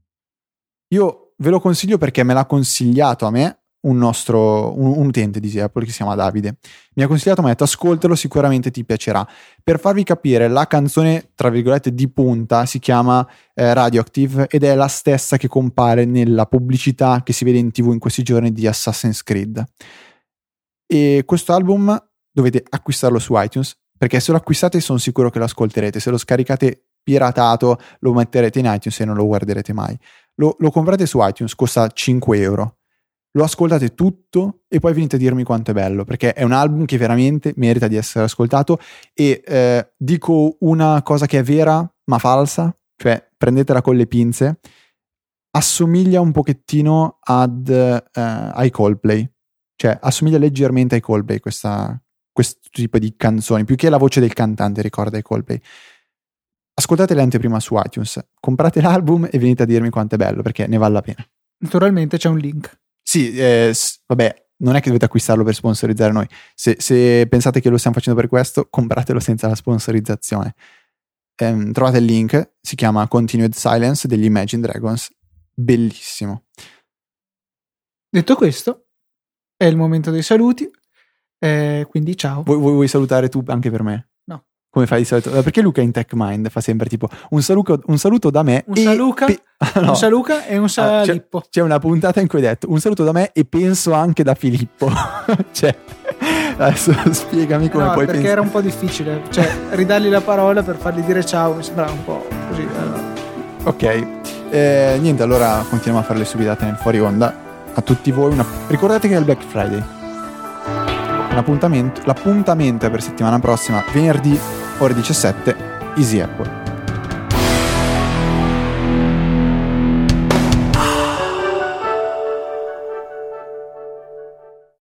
Io ve lo consiglio perché me l'ha consigliato a me un nostro un, un utente di Apple che si chiama Davide. Mi ha consigliato, mi ha detto ascoltalo, sicuramente ti piacerà. Per farvi capire, la canzone tra virgolette di punta si chiama eh, Radioactive ed è la stessa che compare nella pubblicità che si vede in TV in questi giorni di Assassin's Creed. E questo album dovete acquistarlo su iTunes, perché se lo acquistate sono sicuro che lo ascolterete. Se lo scaricate piratato lo metterete in iTunes e non lo guarderete mai. Lo, lo comprate su iTunes, costa cinque euro. Lo ascoltate tutto e poi venite a dirmi quanto è bello, perché è un album che veramente merita di essere ascoltato. E eh, dico una cosa che è vera ma falsa, cioè prendetela con le pinze, assomiglia un pochettino ad eh, ai Coldplay, cioè assomiglia leggermente ai Coldplay questa, questo tipo di canzoni, più che la voce del cantante ricorda i Coldplay. Ascoltate l'anteprima su iTunes, comprate l'album e venite a dirmi quanto è bello, perché ne vale la pena. Naturalmente c'è un link. Sì, eh, vabbè, non è che dovete acquistarlo per sponsorizzare noi. Se, se pensate che lo stiamo facendo per questo, compratelo senza la sponsorizzazione. Ehm, trovate il link, si chiama Continued Silence degli Imagine Dragons, bellissimo. Detto questo, è il momento dei saluti, eh, quindi ciao. Vuoi, vuoi, vuoi salutare tu anche per me? No. Come fai di solito? Perché Luca in Tech Mind fa sempre tipo un saluto, un saluto da me un e saluca, pe- no. un saluca e un salippo. Ah, c'è, c'è una puntata in cui hai detto un saluto da me e penso anche da Filippo. Cioè, adesso spiegami come no, puoi perché pensare. era un po' difficile, cioè ridargli la parola per fargli dire ciao mi sembrava un po' così. Allora. Ok, eh, niente, allora continuiamo a fare le subidate nel fuori onda. A tutti voi una... ricordate che è il Black Friday. Un appuntamento, l'appuntamento è per settimana prossima, venerdì ore diciassette, Easy Apple.